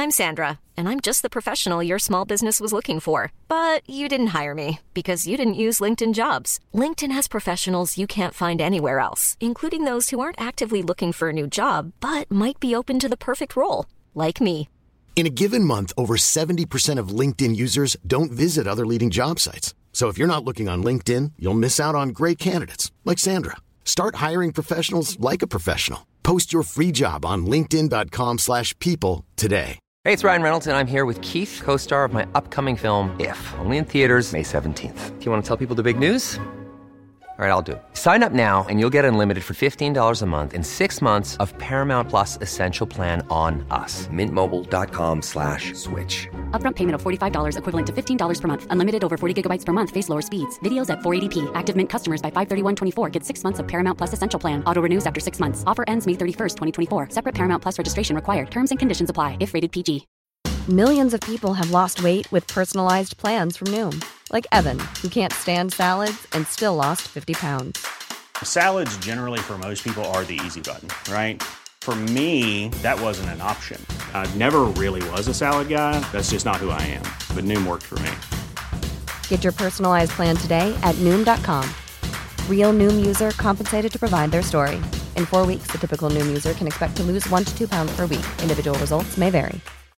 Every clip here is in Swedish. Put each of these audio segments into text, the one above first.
I'm Sandra, and I'm just the professional your small business was looking for. But you didn't hire me because you didn't use LinkedIn Jobs. LinkedIn has professionals you can't find anywhere else, including those who aren't actively looking for a new job, but might be open to the perfect role, like me. In a given month, over 70% of LinkedIn users don't visit other leading job sites. So if you're not looking on LinkedIn, you'll miss out on great candidates like Sandra. Start hiring professionals like a professional. Post your free job on linkedin.com/people today. Hey, it's Ryan Reynolds, and I'm here with Keith, co-star of my upcoming film, If, only in theaters May 17th. Do you want to tell people the big news? All right, I'll do it. Sign up now and you'll get unlimited for $15 a month and 6 months of Paramount Plus Essential Plan on us. Mintmobile.com/switch. Upfront payment of $45 equivalent to $15 per month. Unlimited over 40 gigabytes per month. Face lower speeds. Videos at 480p. Active Mint customers by 531.24 get 6 months of Paramount Plus Essential Plan. Auto renews after 6 months. Offer ends May 31st, 2024. Separate Paramount Plus registration required. Terms and conditions apply if rated PG. Millions of people have lost weight with personalized plans from Noom. Like Evan, who can't stand salads and still lost 50 pounds. Salads generally for most people are the easy button, right? For me, that wasn't an option. I never really was a salad guy. That's just not who I am. But Noom worked for me. Get your personalized plan today at Noom.com. Real Noom user compensated to provide their story. In 4 weeks, the typical Noom user can expect to lose 1 to 2 pounds per week. Individual results may vary.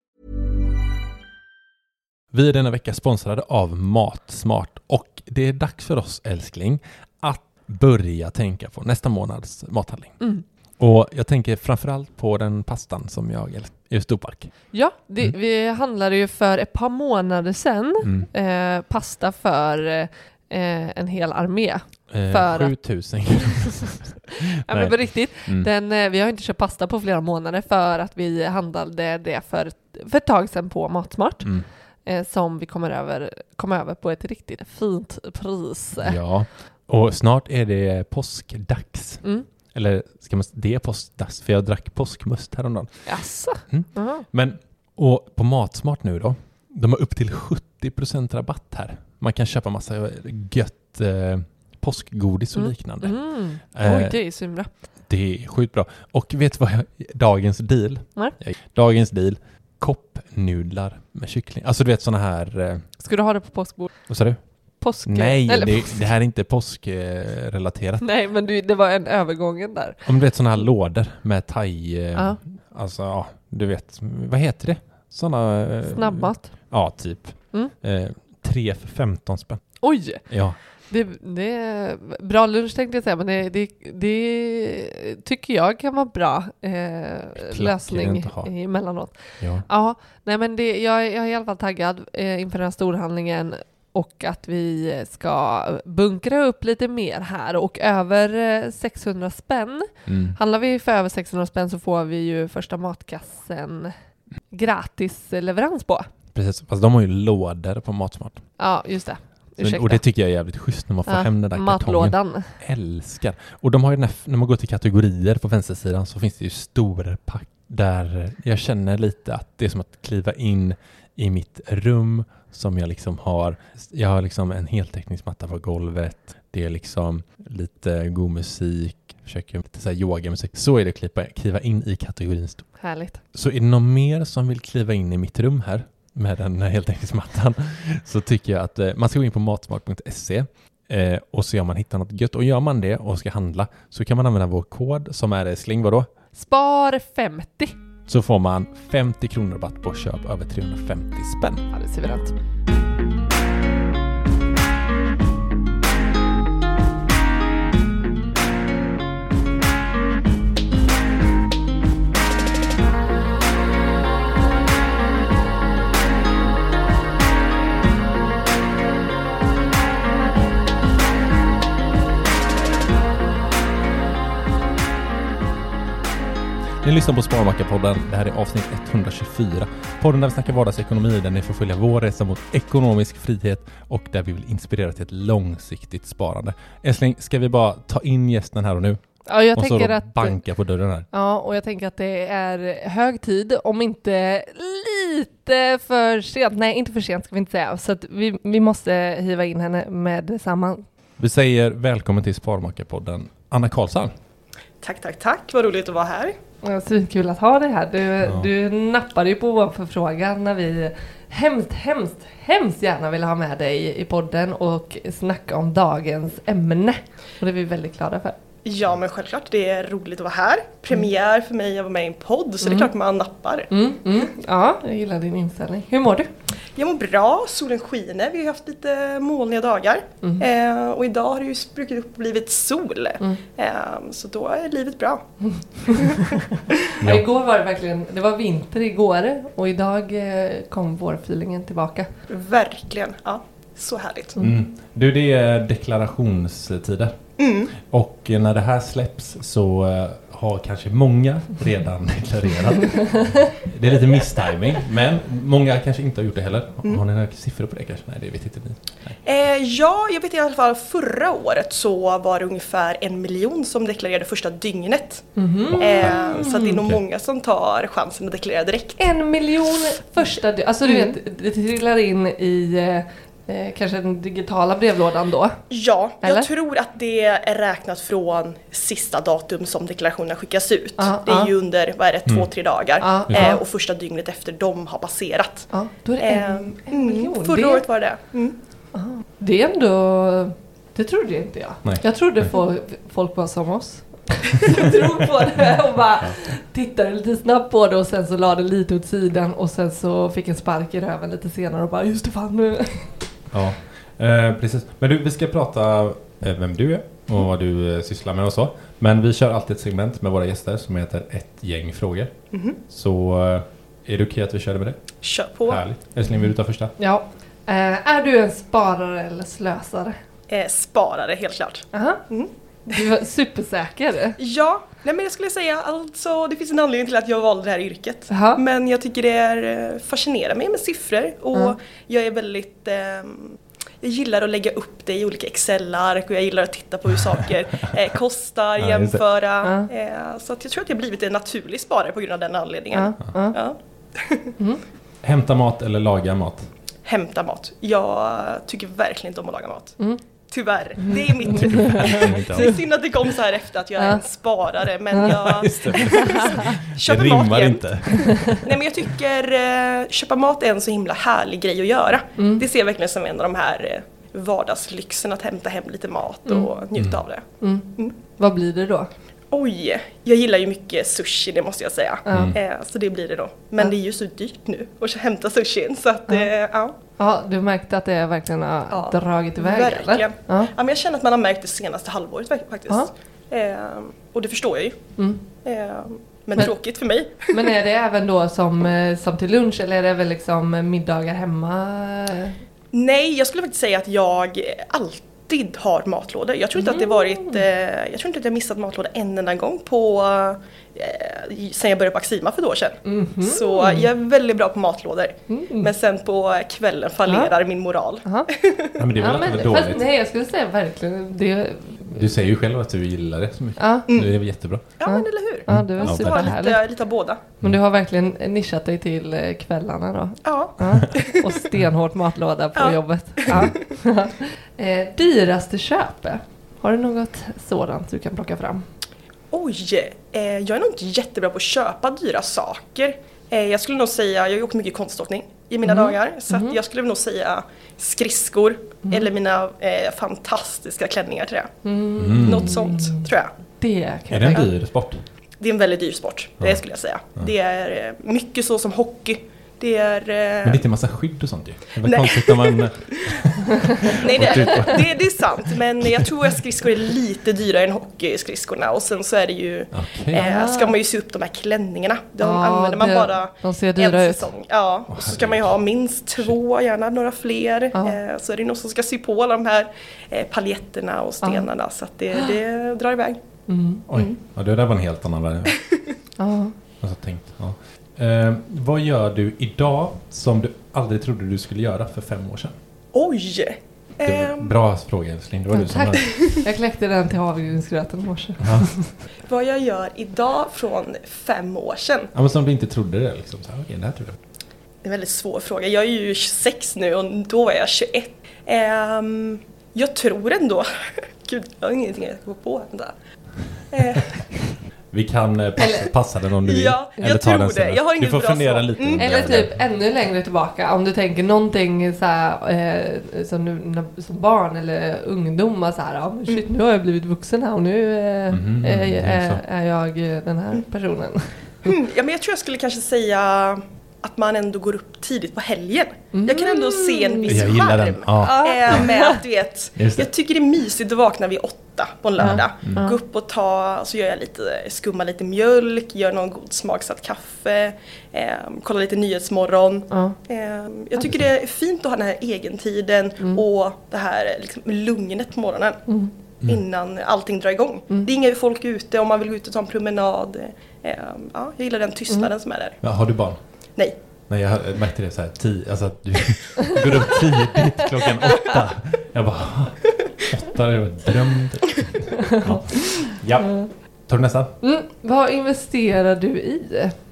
Vi är denna vecka sponsrade av Matsmart och det är dags för oss, älskling, att börja tänka på nästa månads mathandling. Och jag tänker framförallt på den pastan som jag älskar i Storpark. Ja, vi handlade ju för ett par månader sedan pasta för en hel armé. 7000. Ja, men på riktigt. Vi har inte köpt pasta på flera månader för att vi handlade det för ett tag sedan på Matsmart. Som vi kom över på ett riktigt fint pris. Ja, och snart är det påskdags. Eller det är påskdags, för jag drack påskmust häromdagen. Jaså? Men, och på Matsmart nu då, de har upp till 70% rabatt här. Man kan köpa massa gött påskgodis och liknande. Oj, det är så bra. Det är sjukt bra. Och vet du vad dagens deal? Dagens deal. Koppnudlar med kyckling. Alltså du vet såna här... Ska du ha det på påskbord? Vad sa du? Påsk... Nej, det här är inte påskrelaterat. Nej, men det var en övergången där. Om du vet såna här lådor med thai... Alltså, ja, du vet. Vad heter det? Såna... Snabbmat? Ja, typ. 3 för 15 spänn. Oj! Ja. Det är bra lunch tänkte jag säga, men det tycker jag kan vara bra lösning emellanåt. Ja, nej men jag är i alla fall taggad inför den här storhandlingen och att vi ska bunkra upp lite mer här och över 600 spänn. Handlar vi för över 600 spänn så får vi ju första matkassen gratis leverans på. Precis, fast de har ju lådor på Matsmart. Ja, just det. Och det tycker jag är jävligt schysst när man får hem den där matlådan. kartongen. Älskar. Och de har ju när man går till kategorier på vänstersidan så finns det ju stora pack där jag känner lite att det är som att kliva in i mitt rum som jag liksom har. Jag har liksom en heltäckningsmatta på golvet. Det är liksom lite god musik. Försöker lite så här yogamusik. Så är det att kliva in i kategorin. Härligt. Så är det någon mer som vill kliva in i mitt rum här med den heltäckningsmattan så tycker jag att man ska gå in på matsmart.se och se om man hittar något gött. Och gör man det och ska handla så kan man använda vår kod som är sling vadå? Spar 50. Så får man 50 kronor rabatt på köp över 350 spänn. Ja, det ser vi rätt. Ni lyssnar på Sparmakarpodden. Det här är avsnitt 124. Podden där vi snackar vardagsekonomi, där ni får följa vår resa mot ekonomisk frihet och där vi vill inspirera till ett långsiktigt sparande. Älskling, ska vi bara ta in gästen här och nu? Ja, jag och tänker så att banka på dörren här. Ja, och jag tänker att det är hög tid, om inte lite för sent. Nej, inte för sent ska vi inte säga. Så att vi måste hiva in henne med samman. Vi säger välkommen till Sparmakarpodden, Anna Karlsson. Tack. Vad roligt att vara här. Så kul att ha dig här. Du nappade ju på vår förfrågan när vi hemskt gärna ville ha med dig i podden och snacka om dagens ämne. Och det är vi väldigt glada för. Ja, men självklart. Det är roligt att vara här. Premiär för mig att vara med i en podd, så det är klart man nappar. Ja, jag gillar din inställning. Hur mår du? Jag mår bra. Solen skiner. Vi har haft lite molniga dagar. Och idag har det ju spruckit upp och blivit sol. Så då är livet bra. Ja, igår var det verkligen, det var vinter igår och idag kom vårfeelingen tillbaka. Verkligen, ja. Så härligt. Du, det är deklarationstider. Och när det här släpps så har kanske många redan deklarerat. Det är lite misstiming, men många kanske inte har gjort det heller. Har ni några siffror på det kanske? Nej, det vet inte ni. Ja, jag vet i alla fall förra året så var det ungefär 1 miljon som deklarerade första dygnet. Så det är nog många som tar chansen att deklarera direkt. 1 miljon första dygnet. Alltså du vet, det trillar in i... kanske den digitala brevlådan då? Ja, jag tror att det är räknat från sista datum som deklarationen skickas ut. Det är ju under, 2-3 dagar. Och första dygnet efter de har passerat. Då är det 1 miljon. Förra året var det. Det är ändå... Det trodde inte jag. Nej. Jag trodde folk var som oss. Jag tror på det och bara tittade lite snabbt på det och sen så la det lite åt sidan och sen så fick en spark i röven lite senare och bara just det fan nu. Ja, precis. Men du, vi ska prata vem du är och vad du sysslar med och så. Men vi kör alltid ett segment med våra gäster som heter ett gäng frågor. Så är det okej att vi kör det med det? Kör på. Härligt. Älskling, vill du ta första? Ja. Är du en sparare eller slösare? Sparare, helt klart. Du var supersäker. Ja, nej men jag skulle säga alltså det finns en anledning till att jag valde det här yrket. Men jag tycker det är fascinerar mig med siffror och jag är väldigt jag gillar att lägga upp det i olika Excel-ark och jag gillar att titta på hur saker kostar, jämföra. Så att jag tror att jag blivit en naturlig sparare på grund av den anledningen. Hämta mat eller laga mat? Hämta mat. Jag tycker verkligen inte om att laga mat. Tyvärr, det är mitt det är synd att det kom så här efter att jag är en sparare, men jag köper mat igen. Inte. Nej, men jag tycker köpa mat är en så himla härlig grej att göra. Det ser jag verkligen som en av de här vardagslyxen att hämta hem lite mat och njuta av det. Vad blir det då? Oj, jag gillar ju mycket sushi, det måste jag säga. Så det blir det då. Men det är ju så dyrt nu att hämta sushi, så att Ja, du märkte att det verkligen har dragit iväg, verkligen. Eller? Ja, men jag känner att man har märkt det senaste halvåret faktiskt. Och det förstår jag ju. Men tråkigt för mig. Men är det även då som till lunch eller är det väl liksom middagar hemma? Nej, jag skulle faktiskt säga att jag alltid har matlådor. Jag tror inte att det varit jag tror inte att jag missat matlåda en enda gång på sen jag började på Axima för ett år sedan. Så jag är väldigt bra på matlådor. Men sen på kvällen fallerar min moral. Ja, men det är väl inte dåligt. Nej, jag skulle säga verkligen det. Du säger ju själv att du gillar det så mycket. Det är väl jättebra. Ja, men eller hur? Ja, det är superhärligt. Lite av båda. Men du har verkligen nischat dig till kvällarna då? Ja. Och stenhårt matlåda på jobbet. Dyraste köpe? Har du något sådant du kan plocka fram? Oj, jag är nog inte jättebra på att köpa dyra saker. Jag skulle nog säga, jag har gjort mycket konståkning i mina dagar. Så att jag skulle nog säga skridskor eller mina fantastiska klänningar tror jag. Något sånt tror jag. Är det en dyr sport? Det är en väldigt dyr sport, det skulle jag säga. Det är mycket så som hockey. Det är, men det är inte en massa skydd och sånt ju. Det är väl konstigt när man... Nej, det är sant. Men jag tror att skridskor är lite dyrare än hockeyskridskorna. Och sen så är det ju... ska man ju se upp de här klänningarna. De använder man bara de ser dyra en säsong. Ja, och så ska man ju ha minst 2, gärna några fler. Så är det någon som ska sy på alla de här paljetterna och stenarna. Så att det drar iväg. Oj, ja, det där var en helt annan värld. Alltså, tänkt, vad gör du idag som du aldrig trodde du skulle göra för 5 år sedan? Oj! Bra fråga, älskling. Det var du som var... Jag kläckte den till havregrynsgröten i morse. Vad jag gör idag från 5 år sedan? Ja, men som du inte trodde det liksom. Så, okej, det här tror jag. Det är en väldigt svår fråga. Jag är ju 26 nu och då var jag 21. Jag tror ändå... Gud, jag har ingenting jag ska gå på. Vi kan passa den om du vill. Ja, jag tror den det. Jag har ingen du får bra fundera svar. lite. Eller typ ännu längre tillbaka. Om du tänker någonting så här, som, nu, som barn eller ungdomar. Så här, men shit, nu har jag blivit vuxen här och nu är jag den här personen. Ja, men jag tror jag skulle kanske säga att man ändå går upp tidigt på helgen. Jag kan ändå se en viss charm med att du vet, jag tycker det är mysigt att vakna vid 8 på en lördag. Gå upp och så gör jag skumma lite mjölk, gör någon god smaksatt kaffe, kolla lite Nyhetsmorgon. Jag tycker det är fint att ha den här egentiden och det här liksom, lugnet på morgonen innan allting drar igång. Det är inga folk ute om man vill gå ut och ta en promenad. Jag gillar den tystnaden som är där. Ja, har du barn? Nej. Nej, jag märkte det så här, alltså att du går upp tidigt klockan 8. Jag bara, 8, det var drömt. Ja. Tar du nästa? Vad investerar du i?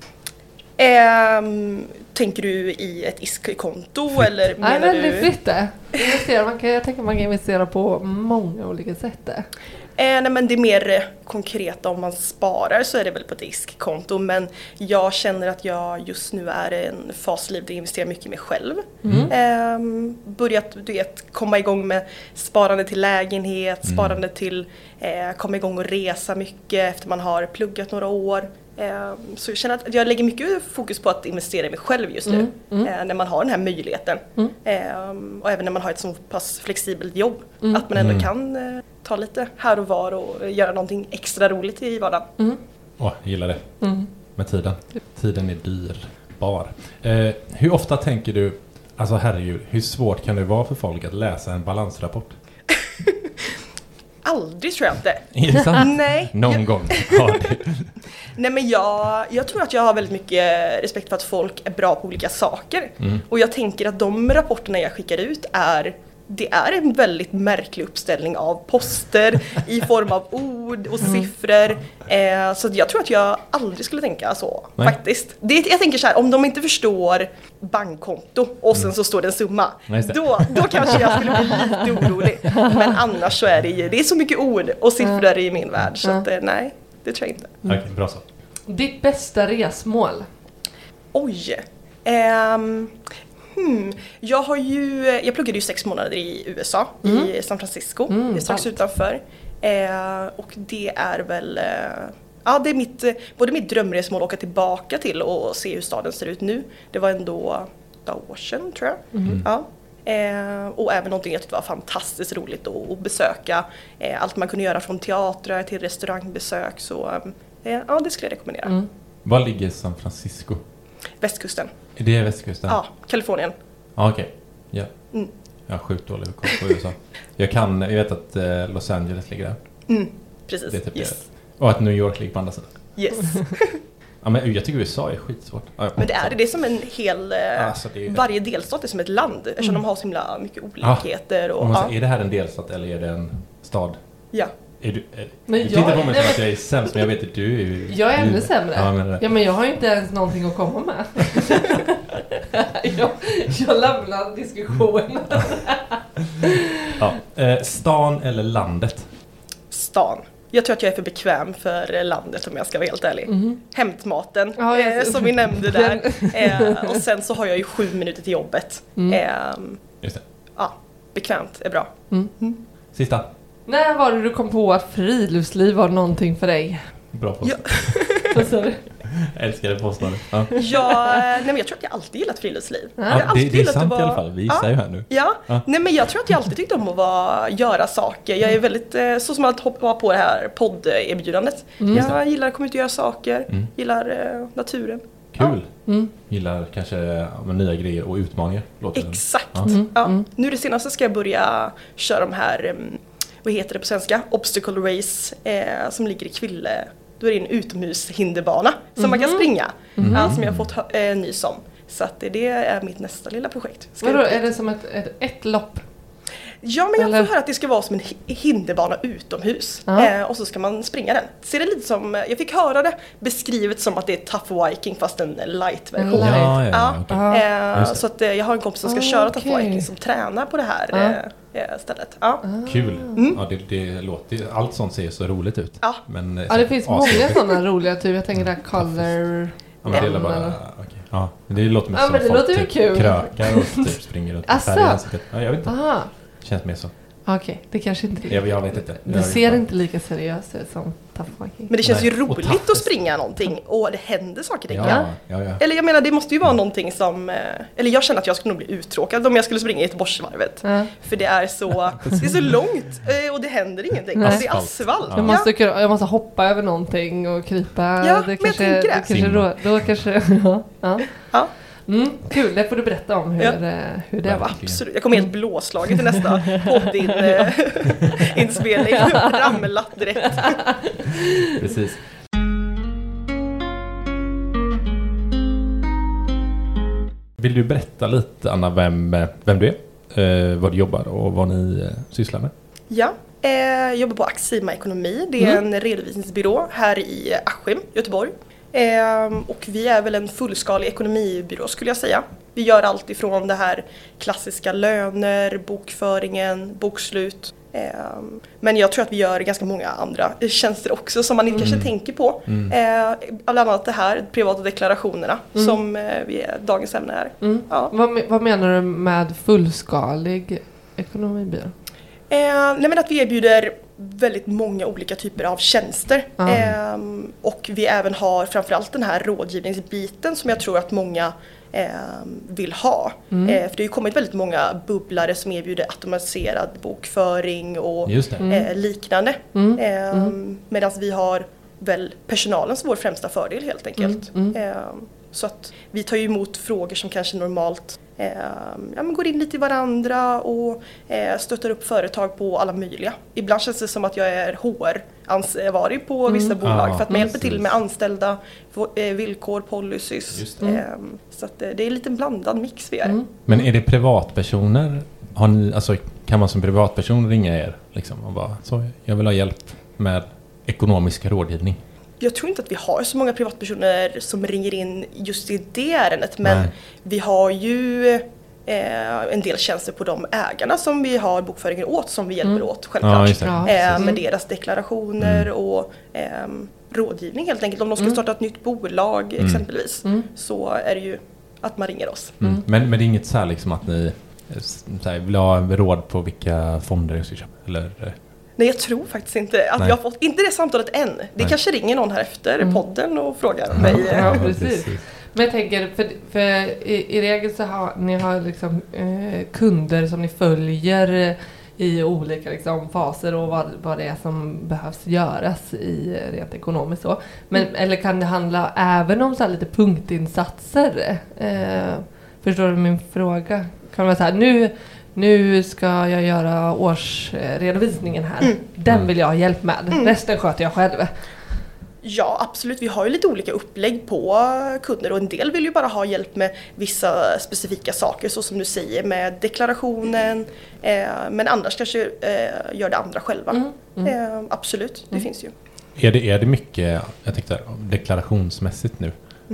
Tänker du i ett ISK-konto eller menar Nej, men fritt det. Jag tänker man kan investera på många olika sätt. Nej, men det är mer konkret om man sparar så är det väl på ett ISK-konto, men jag känner att jag just nu är i en fas i livet där jag investerar mycket i mig själv. Börjat komma igång med sparande till lägenhet, sparande till komma igång och resa mycket efter man har pluggat några år. Så jag känner att jag lägger mycket fokus på att investera i mig själv just nu när man har den här möjligheten. Och även när man har ett så pass flexibelt jobb att man ändå kan ta lite här och var och göra någonting extra roligt i vardagen. Jag gillar det. Med tiden. Tiden är dyrbar. Hur ofta tänker du, alltså herregud, hur svårt kan det vara för folk att läsa en balansrapport? Aldrig, tror jag inte. Är det sant? Nej. Någon gång. Nej, men jag tror att jag har väldigt mycket respekt för att folk är bra på olika saker. Och jag tänker att de rapporterna jag skickar ut det är en väldigt märklig uppställning av poster i form av ord och siffror. Så jag tror att jag aldrig skulle tänka så. Nej. Faktiskt. Jag tänker så här, om de inte förstår bankkonto och sen så står det en summa, då kanske jag skulle bli lite orolig. Men annars så är det är så mycket ord och siffror i min värld. Så att, nej, det tror jag inte. Okej, bra så. Ditt bästa resmål? Oj. Jag pluggade ju 6 månader i USA, i San Francisco, strax utanför. Och det är väl, det är både mitt drömresmål att åka tillbaka till och se hur staden ser ut nu. Det var ändå 8 år sedan, tror jag. Och även någonting jag tyckte var fantastiskt roligt att besöka. Allt man kunde göra från teatrar till restaurangbesök. Så det skulle jag rekommendera. Var ligger San Francisco? Västkusten. Är det västkusten? Ja, Kalifornien. Okej. Ja. Jag har sjukt dålig koll på USA. Jag vet att Los Angeles ligger där. Precis. Det är typ det. Och att New York ligger på andra sidan. Yes. Ja, men jag tycker USA är skitsvårt. Men det är som en hel... varje delstat är som ett land. Eftersom de har så himla mycket olikheter. Är det här en delstat eller är det en stad? Ja. Du tittar på mig som att jag är sämst, men jag vet att du är... Jag är ännu sämre. Men jag har ju inte ens någonting att komma med. jag lämnar diskussionen. Stan eller landet? Stan. Jag tror att jag är för bekväm för landet, om jag ska vara helt ärlig. Hämtmaten, som vi nämnde där. Och sen så har jag ju 7 minuter till jobbet. Just det. Ja, bekvämt är bra. Sista. När var det du kom på att friluftsliv var någonting för dig? Bra påstående. Jag älskar det påstående. Men jag tror att jag alltid gillat friluftsliv. Det är sant i alla fall, vi gissar ju här nu. Nej, men jag tror att jag alltid tyckte om att göra saker. Jag är väldigt, så som att hoppa på det här podderbjudandet. Jag gillar att komma ut och göra saker, gillar naturen. Kul. Gillar kanske nya grejer och utmaningar. Exakt. Nu det senaste ska jag börja köra de här, vad heter det på svenska? Obstacle race, som ligger i Kville. Då är det en utomhushinderbana som man kan springa. Som jag har fått nys om. Så att det är mitt nästa lilla projekt. Vadå, är det som ett lopp? Ja, men jag får höra att det ska vara som en hinderbana utomhus. Och så ska man springa den. Ser det lite som, jag fick höra det beskrivet som att det är Tough Viking fast en light-version. Så att jag har en kompis som ska köra Tough Viking som tränar på det här stället. Kul. Ja, det låter, allt sånt ser så roligt ut. Men, det finns många sådana roliga, typ jag tänker där Color. Men det är bara, ja, det låter mer som men det folk låter typ kul. Krökar och typ springer runt med färg i ansiktet. Ja, jag vet inte. Det känns mer så. Okej, det kanske inte är. Jag vet inte. Det ser inte lika seriöst ut som Tough Viking. Men det känns ju roligt att springa någonting och det händer saker. Ja. Eller jag menar, det måste ju vara någonting som... Eller jag känner att jag skulle nog bli uttråkad om jag skulle springa i Göteborgsvarvet. För det är så långt och det händer ingenting. Alltså, det är asfalt. Jag måste hoppa över någonting och krypa. Ja, men jag tänker det. Då kanske... Ja. Kul, det får du berätta om hur det var. Absolut, jag kommer helt blåslaget till nästa poddinspelning. Ramlat direkt. Precis. Vill du berätta lite, Anna, vem du är, vad du jobbar och vad ni sysslar med? Ja, jag jobbar på Axima Ekonomi. Det är en redovisningsbyrå här i Askim, Göteborg. Och vi är väl en fullskalig ekonomibyrå skulle jag säga. Vi gör allt ifrån det här klassiska löner, bokföringen, bokslut. Men jag tror att vi gör ganska många andra tjänster också som man inte kanske tänker på. Bland annat det här, privata deklarationerna som vi är dagens ämne här. Ja. Vad menar du med fullskalig ekonomibyrå? Nej, men att vi erbjuder väldigt många olika typer av tjänster. Och vi även har framförallt den här rådgivningsbiten som jag tror att många vill ha. För det har ju kommit väldigt många bubblare som erbjuder automatiserad bokföring och liknande. Medan vi har väl personalen som vår främsta fördel helt enkelt. Så att vi tar ju emot frågor som kanske normalt går in lite i varandra och stöttar upp företag på alla möjliga. Ibland känns det som att jag är HR-ansvarig på vissa bolag för att man hjälper till med anställda, villkor, policies. Så att det är en liten blandad mix vi gör. Men är det privatpersoner? Har ni, alltså, kan man som privatperson ringa er liksom, och bara, så, jag vill ha hjälp med ekonomisk rådgivning? Jag tror inte att vi har så många privatpersoner som ringer in just i det ärendet, men vi har ju en del tjänster på de ägarna som vi har bokföringen åt som vi hjälper åt självklart. Med deras deklarationer och rådgivning helt enkelt. Om de ska starta ett nytt bolag exempelvis så är det ju att man ringer oss. Men det är inget så här liksom att ni vill ha råd på vilka fonder jag ska köpa? Eller... Nej, jag tror faktiskt inte att jag har fått, inte det samtalet än. Det kanske ringer någon här efter podden och frågar mig. Ja, precis. Men jag tänker, för i regel så har ni liksom kunder som ni följer i olika liksom faser och vad det är som behövs göras i rent ekonomiskt så. Men, eller kan det handla även om så här lite punktinsatser? Förstår du min fråga? Kan man säga nu ska jag göra årsredovisningen här. Den vill jag ha hjälp med. Resten sköter jag själv. Ja, absolut. Vi har ju lite olika upplägg på kunder och en del vill ju bara ha hjälp med vissa specifika saker så som du säger med deklarationen. Men annars kanske gör det andra själva. Absolut, det finns ju. Är det mycket, jag tänkte deklarationsmässigt nu?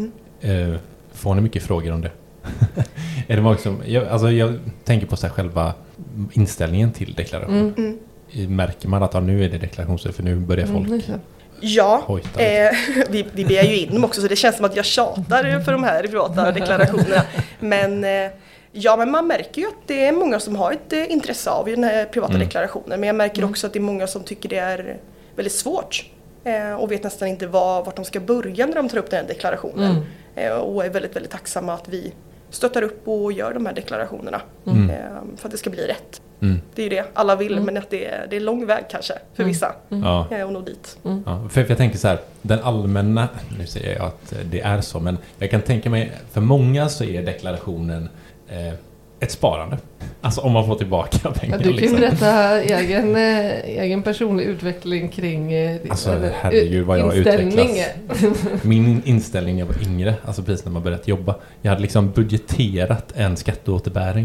Får ni mycket frågor om det? Är det många som, jag tänker på så här själva inställningen till deklaration. Märker man att nu är det deklarationer för nu börjar folk Ja, vi ber ju in dem också så det känns som att jag tjatar för de här privata deklarationerna. Men man märker ju att det är många som har ett intresse av den här privata deklarationen. Men jag märker också att det är många som tycker det är väldigt svårt och vet nästan inte vart de ska börja när de tar upp den här deklarationen. Och är väldigt, väldigt tacksamma att vi stöttar upp och gör de här deklarationerna för att det ska bli rätt. Det är ju det alla vill, men att det är lång väg kanske för vissa att nå dit. För jag tänker så här, den allmänna, nu säger jag att det är så, men jag kan tänka mig, för många så är deklarationen ett sparande. Alltså om man får tillbaka pengar. Du kan ju berätta egen personlig utveckling kring herregud vad jag har utvecklats. Min inställning när jag var yngre, alltså precis när man börjat jobba. Jag hade liksom budgeterat en skatteåterbäring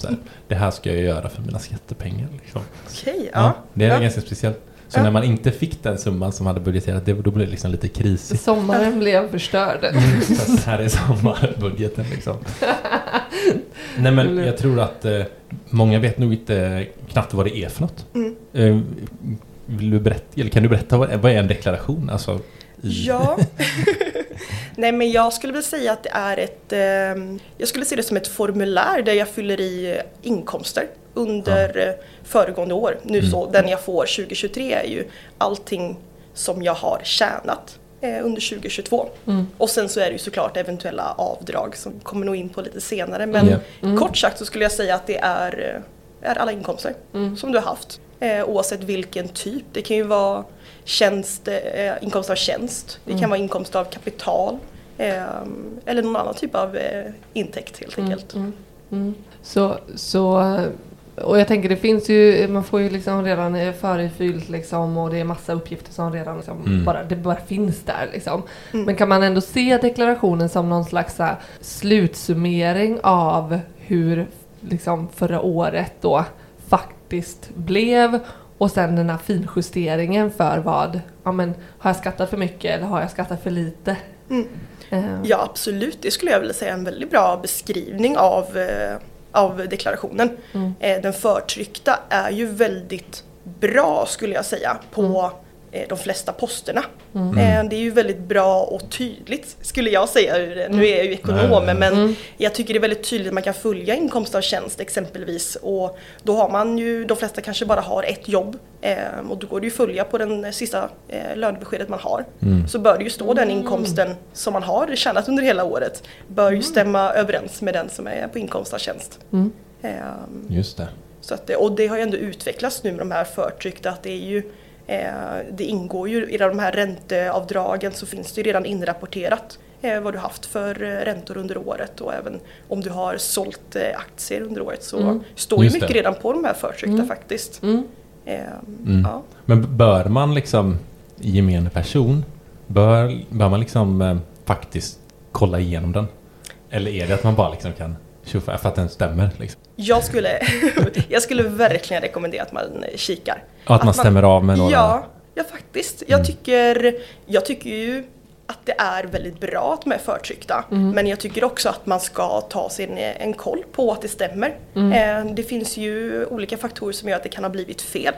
så här, det här ska jag göra för mina skattepengar. Liksom. Okej, det är ganska speciellt. Så när man inte fick den summan som hade budgeterat, då blev det liksom lite krisigt. Sommaren blev förstörd. Så här är sommarbudgeten liksom. Nej, men jag tror att många vet nog inte knappt vad det är för något. Vill du berätta, eller kan du berätta vad är en deklaration? Alltså, Ja. Nej, men jag skulle väl säga att det är jag skulle se det som ett formulär där jag fyller i inkomster under föregående år. Nu så, den jag får 2023 är ju allting som jag har tjänat under 2022. Och sen så är det ju såklart eventuella avdrag som kommer nog in på lite senare. Men kort sagt så skulle jag säga att det är alla inkomster som du har haft. Oavsett vilken typ. Det kan ju vara inkomst av tjänst. Det kan vara inkomst av kapital. Eller någon annan typ av intäkt helt enkelt. Så och jag tänker det finns ju, man får ju liksom redan förefyllt liksom, och det är massa uppgifter som redan liksom bara finns där liksom. Men kan man ändå se deklarationen som någon slags slutsummering av hur liksom förra året då faktiskt blev, och sen den här finjusteringen för vad, har jag skattat för mycket eller har jag skattat för lite? Ja, absolut. Det skulle jag vilja säga är en väldigt bra beskrivning av deklarationen. Den förtryckta är ju väldigt bra skulle jag säga på de flesta posterna. Det är ju väldigt bra och tydligt skulle jag säga. Nu är jag ju ekonom, men jag tycker det är väldigt tydligt att man kan följa inkomst av tjänst exempelvis, och då har man ju, de flesta kanske bara har ett jobb, och då går det ju följa på den sista lönebeskedet man har. Så bör det ju stå den inkomsten som man har tjänat under hela året bör ju stämma överens med den som är på inkomst av tjänst. Just det. Så att och det har ju ändå utvecklats nu med de här förtryckta, att det är ju det ingår ju i de här ränteavdragen, så finns det ju redan inrapporterat vad du haft för räntor under året, och även om du har sålt aktier under året så står ju mycket redan på de här förtryckta faktiskt. Ja. Men bör man liksom i gemene person bör man liksom faktiskt kolla igenom den? Eller är det att man bara liksom kan tjuffa för att den stämmer liksom? Jag skulle verkligen rekommendera att man kikar. Och att man stämmer av med några? Ja faktiskt. Jag tycker ju att det är väldigt bra att de är förtryckta. Men jag tycker också att man ska ta sig en koll på att det stämmer. Det finns ju olika faktorer som gör att det kan ha blivit fel.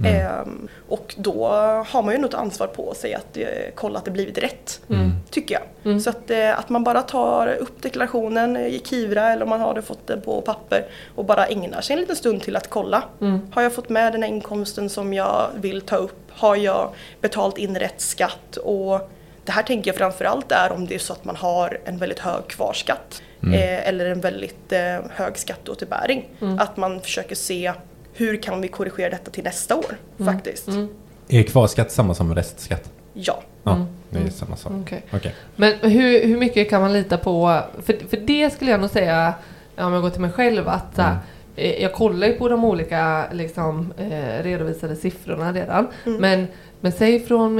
Och då har man ju något ansvar på sig att kolla att det blivit rätt, tycker jag. Så att man bara tar upp deklarationen i Kivra, eller om man har fått den på papper, och bara ägnar sig en liten stund till att kolla. Har jag fått med den här inkomsten som jag vill ta upp? Har jag betalt in rätt skatt? Och det här tänker jag framförallt är om det är så att man har en väldigt hög kvarskatt eller en väldigt hög skatteåterbäring. Att man försöker se hur kan vi korrigera detta till nästa år faktiskt. Är kvarskatt samma som restskatt? Ja. Det är samma sak. Okay. Men hur mycket kan man lita på? För det skulle jag nog säga, om jag går till mig själv, att jag kollar ju på de olika liksom, redovisade siffrorna redan. Men säg från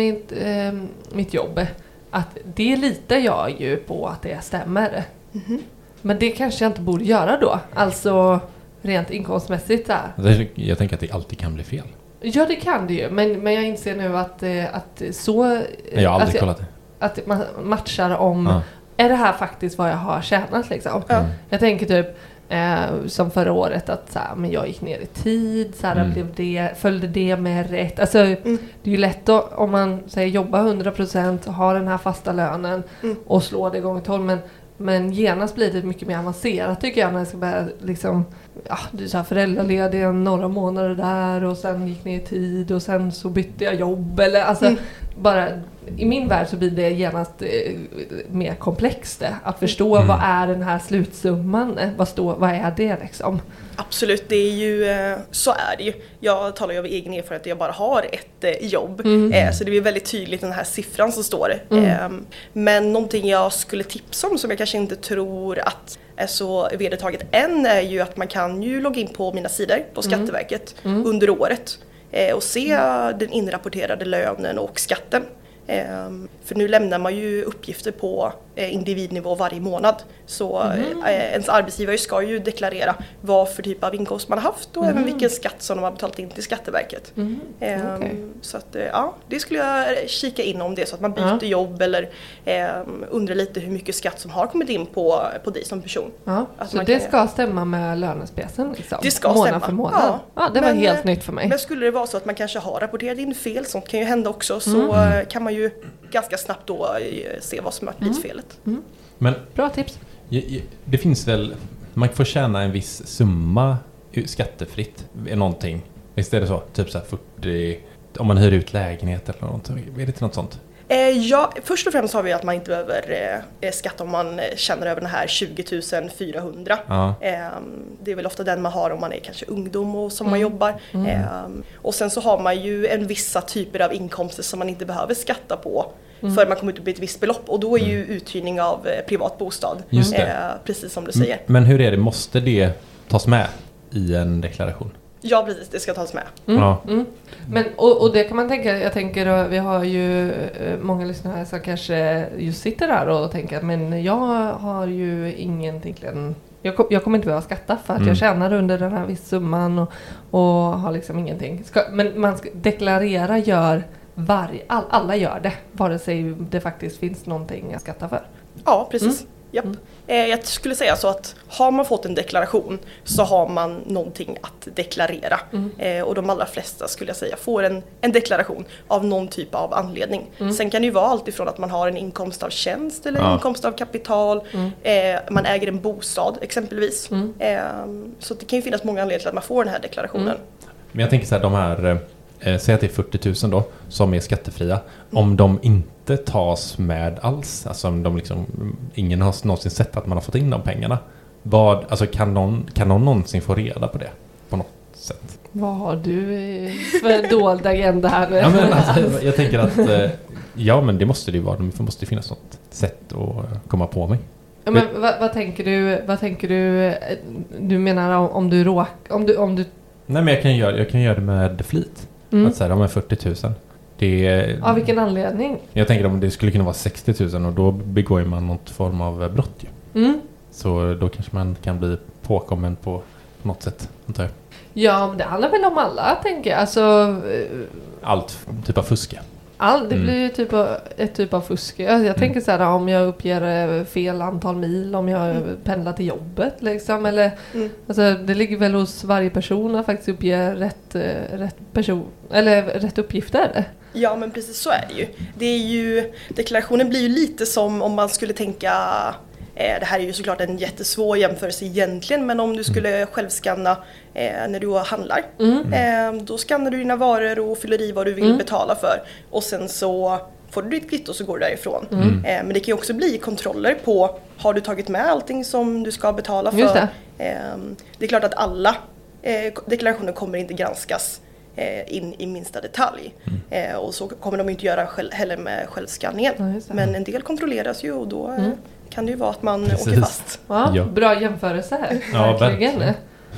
mitt jobb att det litar jag ju på att det stämmer. Men det kanske jag inte borde göra då. Alltså rent inkomstmässigt där. Jag tänker att det alltid kan bli fel. Ja, det kan det ju. Men jag inser nu att så... Jag har aldrig kollat det. Att man matchar om... Är det här faktiskt vad jag har tjänat liksom? Jag tänker typ... som förra året att så här, men jag gick ner i tid, så här, följde det med rätt. Alltså, det är ju lätt då, om man säger jobba 100% och har den här fasta lönen och slår det gånger 12, men genast blir det mycket mer avancerat tycker jag, när jag ska börja liksom, du sa föräldraledig några månader där och sen gick ner i tid och sen så bytte jag jobb, eller alltså bara i min värld så blir det genast mer komplext att förstå vad är den här slutsumman, vad är det liksom? Absolut, det är ju, så är det ju. Jag talar ju av egen erfarenhet att jag bara har ett jobb. Så det blir väldigt tydligt den här siffran som står. Men någonting jag skulle tipsa om som jag kanske inte tror att är så vedertaget än är ju att man kan ju logga in på mina sidor på Skatteverket under året och se den inrapporterade lönen och skatten. För nu lämnar man ju uppgifter på individnivå varje månad. Så ens arbetsgivare ska ju deklarera vad för typ av inkomst man har haft och även vilken skatt som de har betalat in till Skatteverket. Så att det skulle jag kika in om det är så att man byter jobb eller undrar lite hur mycket skatt som har kommit in på dig som person. Så det ska stämma med lönespecen liksom? Det ska månad stämma. För månad. Det var helt nytt för mig. Men skulle det vara så att man kanske har rapporterat in fel, sånt kan ju hända också, så kan man ju ganska snabbt då se vad som har blivit felet. Men bra tips. Det finns väl, man får tjäna en viss summa skattefritt någonting. Visst är det så? Typ så här 40, om man hyr ut lägenhet eller något. Är det inte något sånt? Ja, först och främst har vi att man inte behöver skatta om man tjänar över den här 20 400. Det är väl ofta den man har om man är kanske ungdom och som man jobbar. Och sen så har man ju en vissa typer av inkomster som man inte behöver skatta på. För man kommer ut på ett visst belopp, och då är ju uthyrning av privat bostad. Precis som du säger. Men hur är det? Måste det tas med i en deklaration? Ja, precis. Det ska tas med. Men, och det kan man tänka, jag tänker, vi har ju många lyssnare som kanske just sitter där och tänker, men jag har ju ingenting, jag kommer inte behöva skatta för att jag tjänar under den här viss summan och har liksom ingenting. Men man ska deklarera, alla gör det, vare sig det faktiskt finns någonting att skatta för. Ja, precis. Japp. Jag skulle säga så att har man fått en deklaration så har man någonting att deklarera. Och de allra flesta skulle jag säga får en deklaration av någon typ av anledning. Sen kan det ju vara allt ifrån att man har en inkomst av tjänst eller inkomst av kapital. Man äger en bostad exempelvis. Så det kan ju finnas många anledningar till att man får den här deklarationen. Men jag tänker så här, de här, säg att det är 40 000 då, som är skattefria. Om de inte tas med alls, alltså om de liksom, ingen har någonsin sett att man har fått in de pengarna. Alltså kan någon någonsin få reda på det på något sätt? Vad har du för dold agenda här nu? Ja, men alltså, jag tänker att men det måste det ju vara. Det måste finnas något sätt att komma på mig. Ja, men vad tänker du? Du menar om du om du Nej, men jag kan göra det med flit. Att säga, de är 40 000. Av vilken anledning? Jag tänker om det skulle kunna vara 60 000 och då begår man något form av brott ju. Så då kanske man kan bli påkommen på något sätt, antar jag. Ja, men det handlar väl om alla, tänker jag. Alltså, allt typ av fuska. Det blir ju ett typ av fusk. Jag tänker så här, om jag uppger fel antal mil, om jag pendlar till jobbet liksom, eller alltså, det ligger väl hos varje person att faktiskt uppge rätt person eller rätt uppgifter. Ja, men precis så är det ju. Deklarationen blir ju lite som om man skulle tänka, det här är ju såklart en jättesvår jämförelse egentligen, men om du skulle självskanna när du handlar, då skannar du dina varor och fyller i vad du vill betala för, och sen så får du ditt kvitto och så går du därifrån. Men det kan ju också bli kontroller på, har du tagit med allting som du ska betala för? Just det. Det är klart att alla deklarationer kommer inte granskas in i minsta detalj. Och så kommer de inte göra heller med självskanningen. Men en del kontrolleras ju, och då kan det ju vara att man åker fast. Ja. Bra jämförelse här. Ja, verkligen.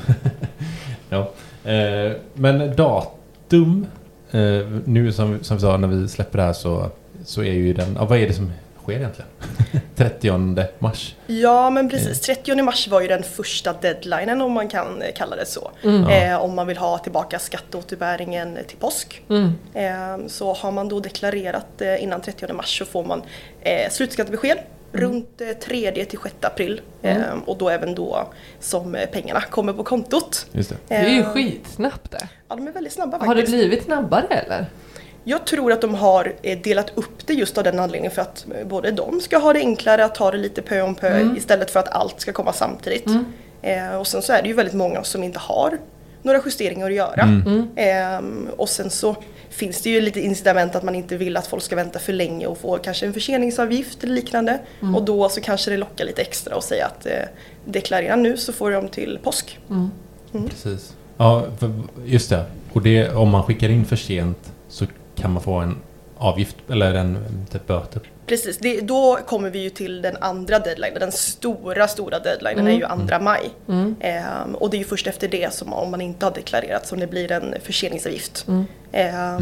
Ja. Men datum, nu som vi sa när vi släpper det här, så är ju den, vad är det som sker egentligen? 30 mars. Ja, men precis. 30 mars var ju den första deadlinen, om man kan kalla det så. Om man vill ha tillbaka skatteåterbäringen till påsk. Så har man då deklarerat innan 30 mars så får man slutskattebesked runt 3 till 6 april. Och då även då som pengarna kommer på kontot. Just det. Det är ju skitsnabbt det. Ja, de är väldigt snabba faktiskt. Har det blivit snabbare eller? Jag tror att de har delat upp det just av den anledningen, för att både de ska ha det enklare att ta det lite pö om pö istället för att allt ska komma samtidigt. Och sen så är det ju väldigt många som inte har några justeringar att göra. Och sen så finns det ju lite incitament att man inte vill att folk ska vänta för länge och få kanske en förseningsavgift eller liknande. Och då så kanske det lockar lite extra och säga att deklarera nu så får de till påsk. Precis. Ja, just det. Och det, om man skickar in för sent så kan man få en avgift eller en typ böter. Precis, då kommer vi ju till den andra deadlinen. Den stora deadlinen är ju 2 maj. Och det är ju först efter det som, om man inte har deklarerat, som det blir en förseningsavgift.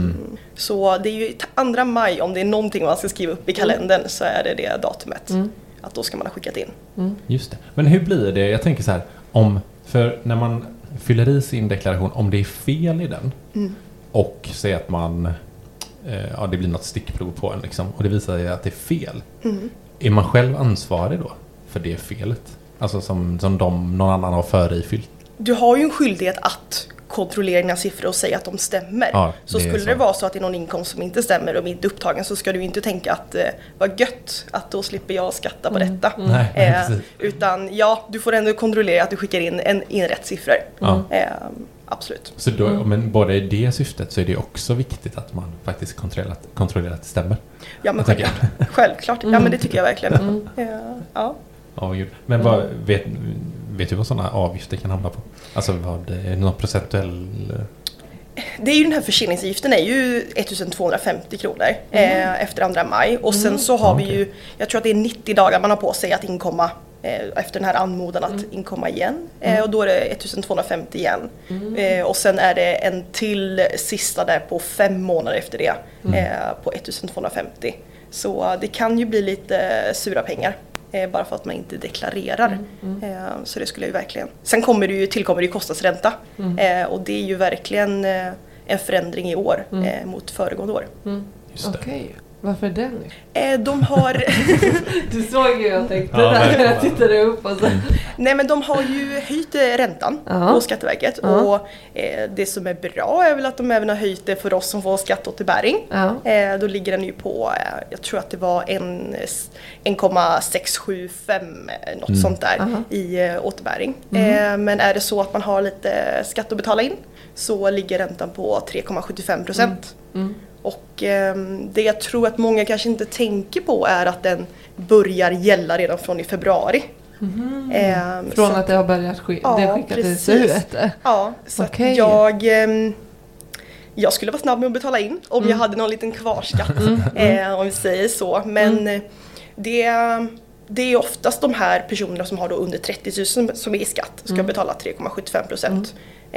Så det är ju 2 maj, om det är någonting man ska skriva upp i kalendern så är det datumet. att då ska man ha skickat in. Just det. Men hur blir det? Jag tänker så här, för när man fyller i sin deklaration, om det är fel i den och säger att man det blir något stickprov på en liksom, och det visar sig att det är fel. Är man själv ansvarig då för det felet? Alltså som någon annan har förifyllt? Du har ju en skyldighet att kontrollera dina siffror och säga att de stämmer. Ja, så skulle det vara så att det är någon inkomst som inte stämmer och inte upptagen, så ska du inte tänka att vad gött att då slipper jag skatta på detta. Utan du får ändå kontrollera att du skickar in rätt siffror. Absolut. Så då, men både i det syftet så är det också viktigt att man faktiskt kontrollerar att det stämmer. Ja, men självklart. Ja, men det tycker jag verkligen. Men vet du vad sådana avgifter kan hamna på? Alltså är det någon procentuell... Det är ju den här förseningsavgiften är ju 1250 kronor efter 2 maj. Och sen så har vi ju, jag tror att det är 90 dagar man har på sig att inkomma efter den här anmodan att inkomma igen. Och då är det 1250 igen. Och sen är det en till sista där på 5 månader efter det på 1250. Så det kan ju bli lite sura pengar. Bara för att man inte deklarerar. Så det skulle jag ju verkligen. Sen tillkommer det ju kostnadsränta. Och det är ju verkligen en förändring i år mot föregående år. Okej. Varför den? De har... Du såg ju, jag tänkte där när jag tittade upp. Och så. Nej, men de har ju höjt räntan på Skatteverket. Och det som är bra är väl att de även har höjt det för oss som får skatteåterbäring. Då ligger den ju på, jag tror att det var 1,675 något sånt där i återbäring. Men är det så att man har lite skatt att betala in så ligger räntan på 3,75%. Och det jag tror att många kanske inte tänker på är att den börjar gälla redan från i februari. Från att det har börjat skicka till SUET? Ja, så att jag skulle vara snabb med att betala in om jag hade någon liten kvarskatt, om vi säger så. Men det är oftast de här personerna som har då under 30 000 som är i skatt ska betala 3,75%.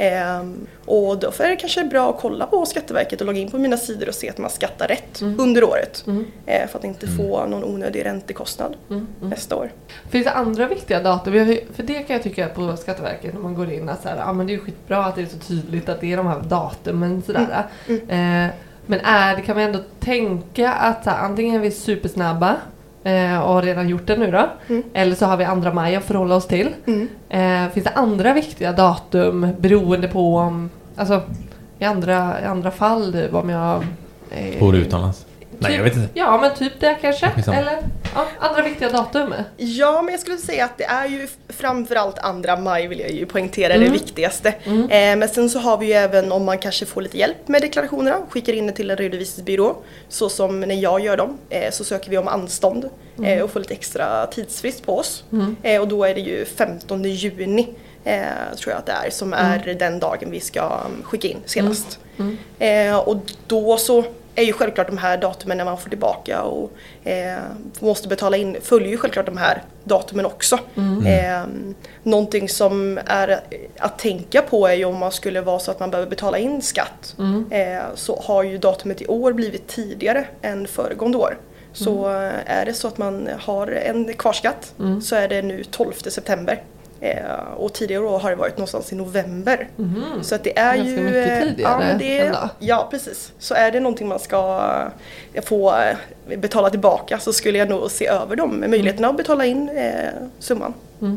Och då är det kanske bra att kolla på Skatteverket och logga in på mina sidor och se att man skattar rätt under året. För att inte få någon onödig räntekostnad nästa år. Finns det andra viktiga datum? För det kan jag tycka på Skatteverket när man går in att men det är ju skitbra att det är så tydligt att det är de här datumen. Sådär. Men kan man ändå tänka att antingen är vi supersnabba och har redan gjort det nu då. Eller så har vi 2 maj att förhålla oss till. Finns det andra viktiga datum beroende på om, alltså i andra fall om jag bor utomlands? Nej, jag vet inte. Ja, men typ det kanske. Eller andra viktiga datum. Ja, men jag skulle säga att det är ju framförallt 2 maj vill jag ju poängtera det viktigaste. Men sen så har vi ju även om man kanske får lite hjälp med deklarationerna, skickar in det till en redovisningsbyrå. Så som när jag gör dem så söker vi om anstånd och får lite extra tidsfrist på oss. Och då är det ju 15 juni tror jag att det är som är den dagen vi ska skicka in senast. Och då så är ju självklart de här datumen när man får tillbaka och måste betala in följer ju självklart de här datumen också. Någonting som är att tänka på är ju om man skulle vara så att man behöver betala in skatt så har ju datumet i år blivit tidigare än föregående år. Så är det så att man har en kvarskatt så är det nu 12 september. Och tidigare år har det varit någonstans i november. Så att det är ganska ju mycket tidigare. Ja, precis. Så är det någonting man ska få betala tillbaka så skulle jag nog se över dem med möjligheterna att betala in summan.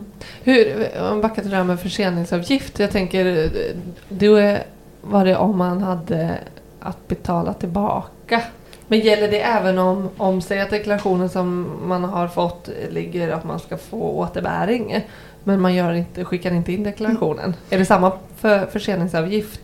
Om backar till det här med förseningsavgift. Jag tänker, var det om man hade att betala tillbaka. Men gäller det även om säg att deklarationen som man har fått ligger att man ska få återbäring? Men man skickar inte in deklarationen. Är det samma för förseningsavgift?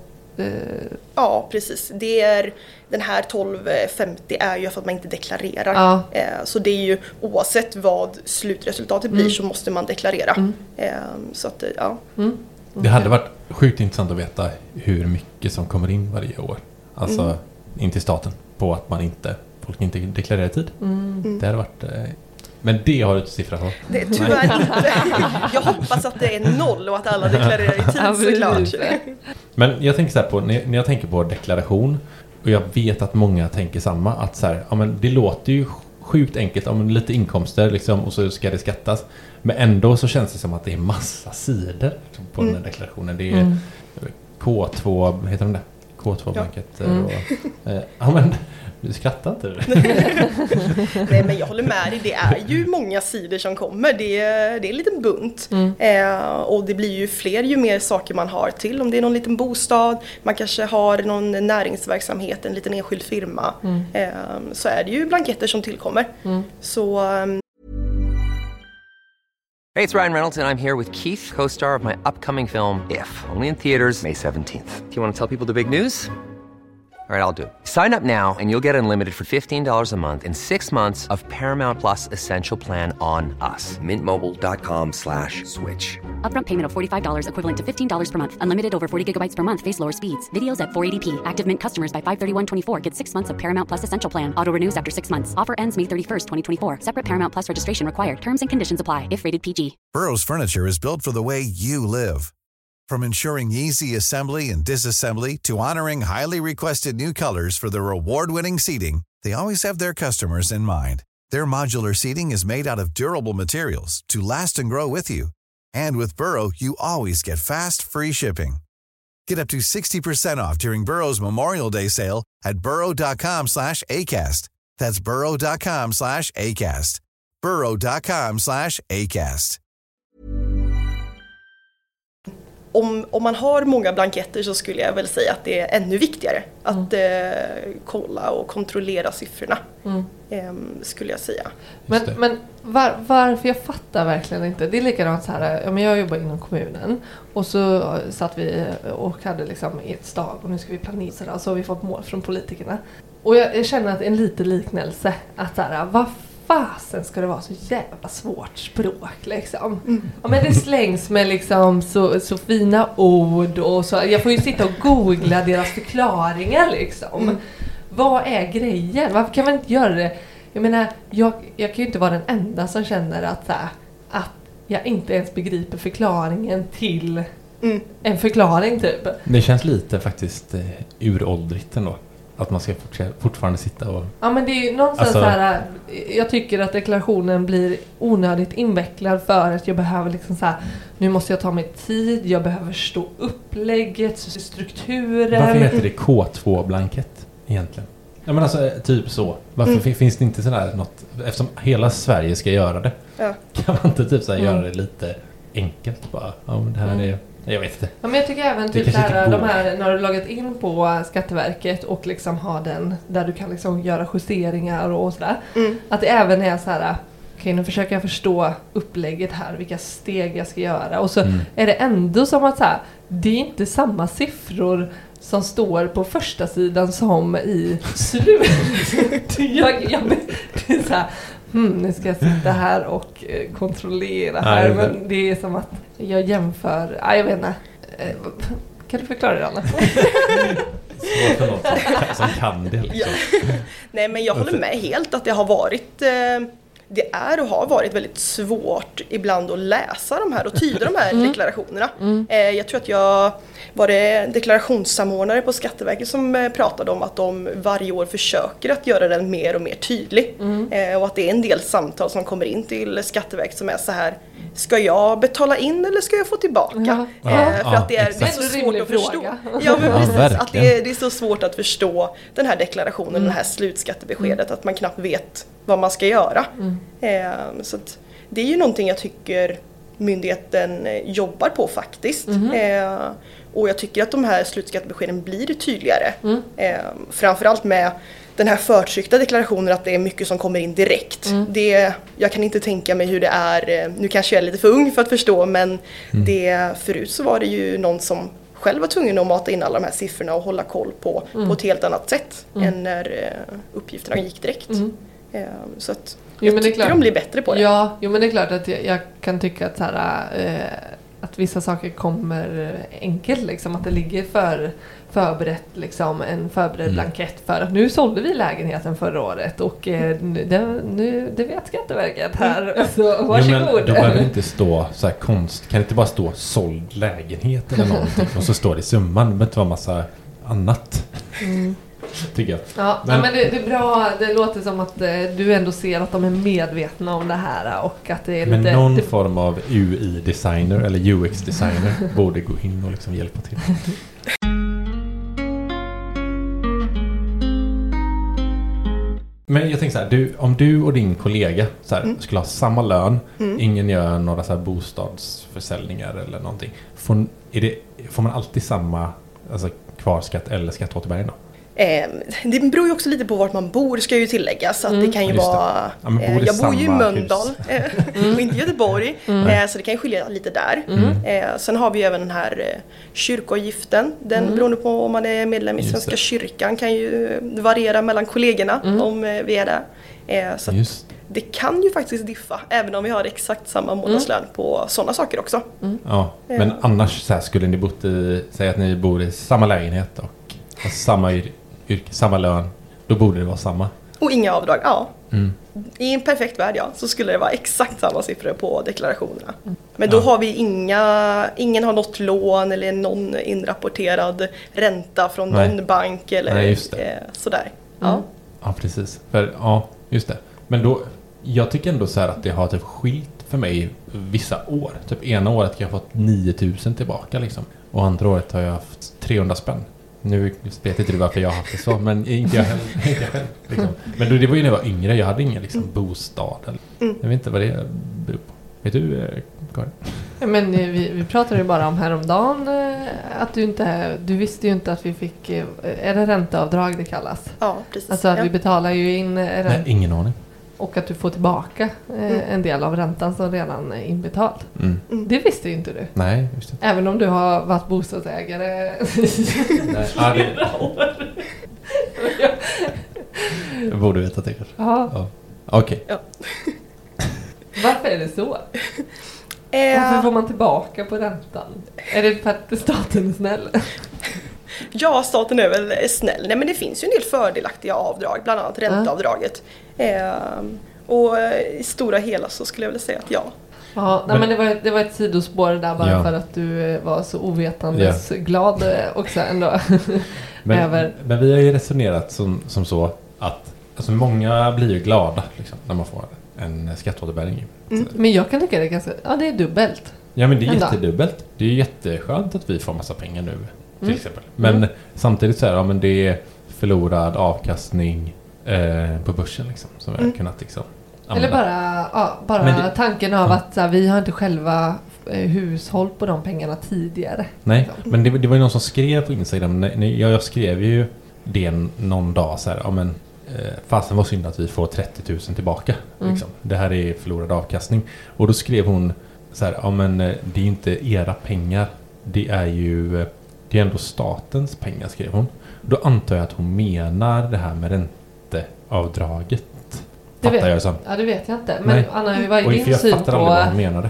Ja, precis. Det är, den här 1250 är ju för att man inte deklarerar. Så det är ju oavsett vad slutresultatet blir så måste man deklarera. Så att, Det hade varit sjukt intressant att veta hur mycket som kommer in varje år. Alltså in till staten på att folk inte deklarerar i tid. Det hade varit... Men det har du inte siffra på? Det är tyvärr inte. Jag hoppas att det är 0 och att alla deklarerar i tid såklart. Men jag tänker så här på, när jag tänker på deklaration och jag vet att många tänker samma, att så här, men det låter ju sjukt enkelt om lite inkomster liksom, och så ska det skattas. Men ändå så känns det som att det är massa sidor på den här deklarationen. Det är K2, heter de det? K2-blanketter ja men du skrattar inte. Nej, men jag håller med dig. Det är ju många sidor som kommer. Det är en liten bunt. Och det blir ju fler ju mer saker man har till. Om det är någon liten bostad, man kanske har någon näringsverksamhet, en liten enskild firma. Så är det ju blanketter som tillkommer. Så... Hey, it's Ryan Reynolds, and I'm here with Keith, co-star of my upcoming film, If, only in theaters May 17th. Do you want to tell people the big news? All right, I'll do it. Sign up now and you'll get unlimited for $15 a month and 6 months of Paramount Plus Essential Plan on us. MintMobile.com/switch. Upfront payment of $45 equivalent to $15 per month. Unlimited over 40 gigabytes per month. Face lower speeds. Videos at 480p. Active Mint customers by 531.24 get 6 months of Paramount Plus Essential Plan. Auto renews after 6 months. Offer ends May 31st, 2024. Separate Paramount Plus registration required. Terms and conditions apply if rated PG. Burrow's furniture is built for the way you live. From ensuring easy assembly and disassembly to honoring highly requested new colors for their award-winning seating, they always have their customers in mind. Their modular seating is made out of durable materials to last and grow with you. And with Burrow, you always get fast, free shipping. Get up to 60% off during Burrow's Memorial Day sale at burrow.com/ACAST. That's burrow.com/ACAST. burrow.com/ACAST. Om man har många blanketter så skulle jag väl säga att det är ännu viktigare att kolla och kontrollera siffrorna, skulle jag säga. Men varför, jag fattar verkligen inte. Det är likadant så här, men jag jobbar inom kommunen och så satt vi och hade liksom ett stag och nu ska vi planera, så har vi fått mål från politikerna. Och jag känner att en liten liknelse att så här, vad fasen ska det vara så jävla svårt språk liksom. Ja, men det slängs med liksom så fina ord och så. Jag får ju sitta och googla deras förklaringar liksom. Vad är grejen? Varför kan man inte göra det? Jag menar, jag kan ju inte vara den enda som känner att jag inte ens begriper förklaringen till en förklaring typ. Det känns lite faktiskt uråldrigt ändå. Att man ska fortfarande sitta och... Ja, men det är ju någonstans så här, jag tycker att deklarationen blir onödigt invecklad för att jag behöver liksom så här, nu måste jag ta mig tid, jag behöver förstå upplägget, strukturen. Varför heter det K2-blankett egentligen? Ja, men alltså typ så. Varför finns det inte sådär något, eftersom hela Sverige ska göra det, kan man inte typ så här göra det lite enkelt bara? Ja, men det här är... Jag vet inte. Ja, men jag tycker även typ där, de här, när du loggat in på Skatteverket och liksom har den där du kan liksom göra justeringar och sådär. Att det även är så här, okej, nu försöker jag förstå upplägget här, vilka steg jag ska göra. Och så är det ändå som att så här, det är inte samma siffror som står på första sidan som i slut. jag det är så här, nu ska jag sitta här och kontrollera här. Men det är som att jag jämför... jag vet inte. Kan du förklara det, Anna? Svårt för något som kan det. Liksom. Nej, men jag håller med helt att det har varit... Det är och har varit väldigt svårt ibland att läsa de här och tyda de här deklarationerna. Jag tror att jag var det deklarationssamordnare på Skatteverket som pratade om att de varje år försöker att göra den mer och mer tydlig. Och att det är en del samtal som kommer in till Skatteverket som är så här: ska jag betala in eller ska jag få tillbaka? För att det är så svårt att förstå. Ja, men precis, att det är så svårt att förstå den här deklarationen, det här slutskattebeskedet, att man knappt vet vad man ska göra. Så att det är ju någonting jag tycker myndigheten jobbar på faktiskt. Och jag tycker att de här slutskattebeskeden blir tydligare. Framförallt med den här förtryckta deklarationen, att det är mycket som kommer in direkt. Jag kan inte tänka mig hur det är, nu kanske jag är lite för ung för att förstå, men förut så var det ju någon som själv var tvungen att mata in alla de här siffrorna och hålla koll på ett helt annat sätt än när uppgifterna gick direkt. Så att jag tycker de blir bättre på det. Ja, men det är klart att jag kan tycka att, så här, att vissa saker kommer enkelt. Liksom, att det ligger förberett, liksom, en förberedd blankett för att nu sålde vi lägenheten förra året och det vet Skatteverket här. Så varsågod. Ja, de behöver inte stå så här konst. Kan det inte bara stå såld lägenhet eller någonting och så står det i summan. Det behöver inte vara massa annat. tycker jag. Ja, men det är bra. Det låter som att du ändå ser att de är medvetna om det här och att det är lite... Men någon form av UI-designer eller UX-designer borde gå in och liksom hjälpa till. Men jag tänker så här, om du och din kollega så här, skulle ha samma lön, ingen gör några så här bostadsförsäljningar eller någonting. Får man alltid samma kvarskatt eller skatteåterbäring då? Det beror ju också lite på vart man bor, ska ju tilläggas. Så att det kan ju vara... jag bor ju i Mölndal och inte i Göteborg. Så det kan ju skilja lite där. Sen har vi ju även den här kyrkoavgiften. Den beroende på om man är medlem i Svenska kyrkan kan ju variera mellan kollegorna om vi är där. Så det kan ju faktiskt diffa, även om vi har exakt samma månadslön på sådana saker också. Ja, men annars så här, skulle ni säga att ni bor i samma lägenhet och har samma yrke, samma lön, då borde det vara samma. Och inga avdrag, ja. I en perfekt värld, så skulle det vara exakt samma siffror på deklarationerna. Men då har vi ingen har något lån eller någon inrapporterad ränta från någon bank eller sådär. Ja, precis. Just det. Men då, jag tycker ändå så här att det har typ skilt för mig vissa år. Typ ena året kan jag fått 9000 tillbaka liksom. Och andra året har jag haft 300 spänn. Nu vet inte du varför jag har haft det så, men inte jag själv liksom. Men då, det var ju när jag var yngre, jag hade ingen liksom bostad. Jag vet inte vad det beror på. Vet du, Karin? Men vi pratade ju bara om häromdagen att du visste ju inte att vi fick, är det ränteavdrag det kallas? Ja, precis. Alltså att vi betalar ju in Nej, ingen aning. Och att du får tillbaka en del av räntan som redan är inbetald. Det visste ju inte du. Nej, just det. Även om du har varit bostadsägare flera år. Jag borde veta det kanske. Ja. Okej. Ja. Varför är det så? Varför får man tillbaka på räntan? Är det för att staten är snäll? Ja, staten är väl snäll. Nej, men det finns ju en del fördelaktiga avdrag, bland annat ränteavdraget. Och i stora hela så skulle jag vilja säga att ja. Ja, men det var ett sidospår där bara för att du var så ovetandes glad också ändå. Men vi har ju resonerat som så att alltså många blir ju glada liksom, när man får en skatteåterbäring. Men jag kan tycka det ganska, det är dubbelt. Ja, men det är jättedubbelt. Det är jätteskönt att vi får massa pengar nu till exempel. Men samtidigt så är men det är förlorad avkastning på börsen liksom, som vi har kunnat liksom använda. Eller bara tanken av att vi har inte själva hushåll på de pengarna tidigare. Nej, men det var ju någon som skrev på Instagram. Jag skrev ju det någon dag så här, fasen var synd att vi får 30 000 tillbaka. Liksom. Det här är förlorad avkastning. Och då skrev hon så här, det är inte era pengar. Det är ändå statens pengar, skrev hon. Då antar jag att hon menar det här med ränteavdraget. Fattar jag så? Ja, det vet jag inte. Men Anna, vad är din syn på... vad hon menade.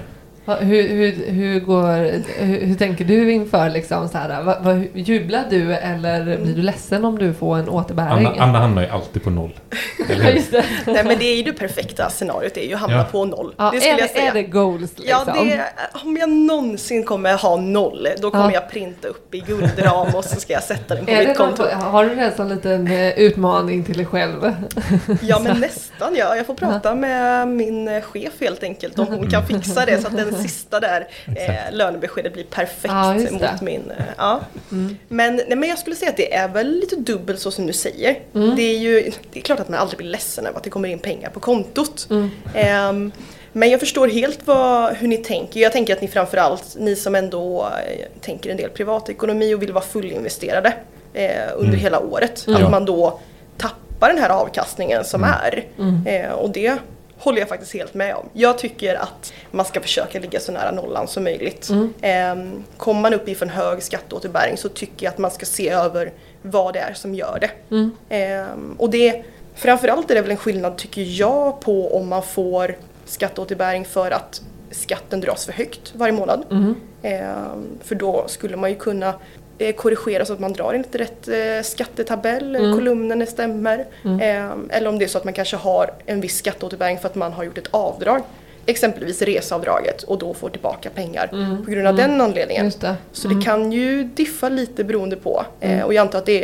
Hur tänker du inför liksom så här, jublar du eller blir du ledsen om du får en återbäring? Anna hamnar ju alltid på 0. Ja, just det. Nej, men det är ju det perfekta scenariot, det är ju att hamna på 0. Ja, det skulle jag säga. Är det goals liksom? Ja, om jag någonsin kommer ha 0, då kommer jag printa upp i guldram och så ska jag sätta den på mitt konto. Har du det som en liten utmaning till dig själv? Ja, men nästan. Ja. Jag får prata med min chef helt enkelt om hon kan fixa det så att den sista där lönebeskedet blir perfekt mot min... Men jag skulle säga att det är väl lite dubbelt så som du säger. Det är klart att man aldrig blir ledsen över att det kommer in pengar på kontot. Men jag förstår helt hur ni tänker. Jag tänker att ni framförallt, ni som ändå tänker en del privatekonomi och vill vara fullinvesterade under hela året. Att man då tappar den här avkastningen som är. Och det håller jag faktiskt helt med om. Jag tycker att man ska försöka ligga så nära nollan som möjligt. Kommer man upp i för en hög skatteåterbäring så tycker jag att man ska se över vad det är som gör det. Och det, framförallt är det väl en skillnad tycker jag på om man får skatteåterbäring för att skatten dras för högt varje månad. För då skulle man ju kunna korrigera så att man drar inte rätt skattetabell, kolumnen stämmer. Eller om det är så att man kanske har en viss skatteåterbäring för att man har gjort ett avdrag. Exempelvis reseavdraget och då får tillbaka pengar på grund av den anledningen. Just det. Så det kan ju diffa lite beroende på. Och jag antar att det är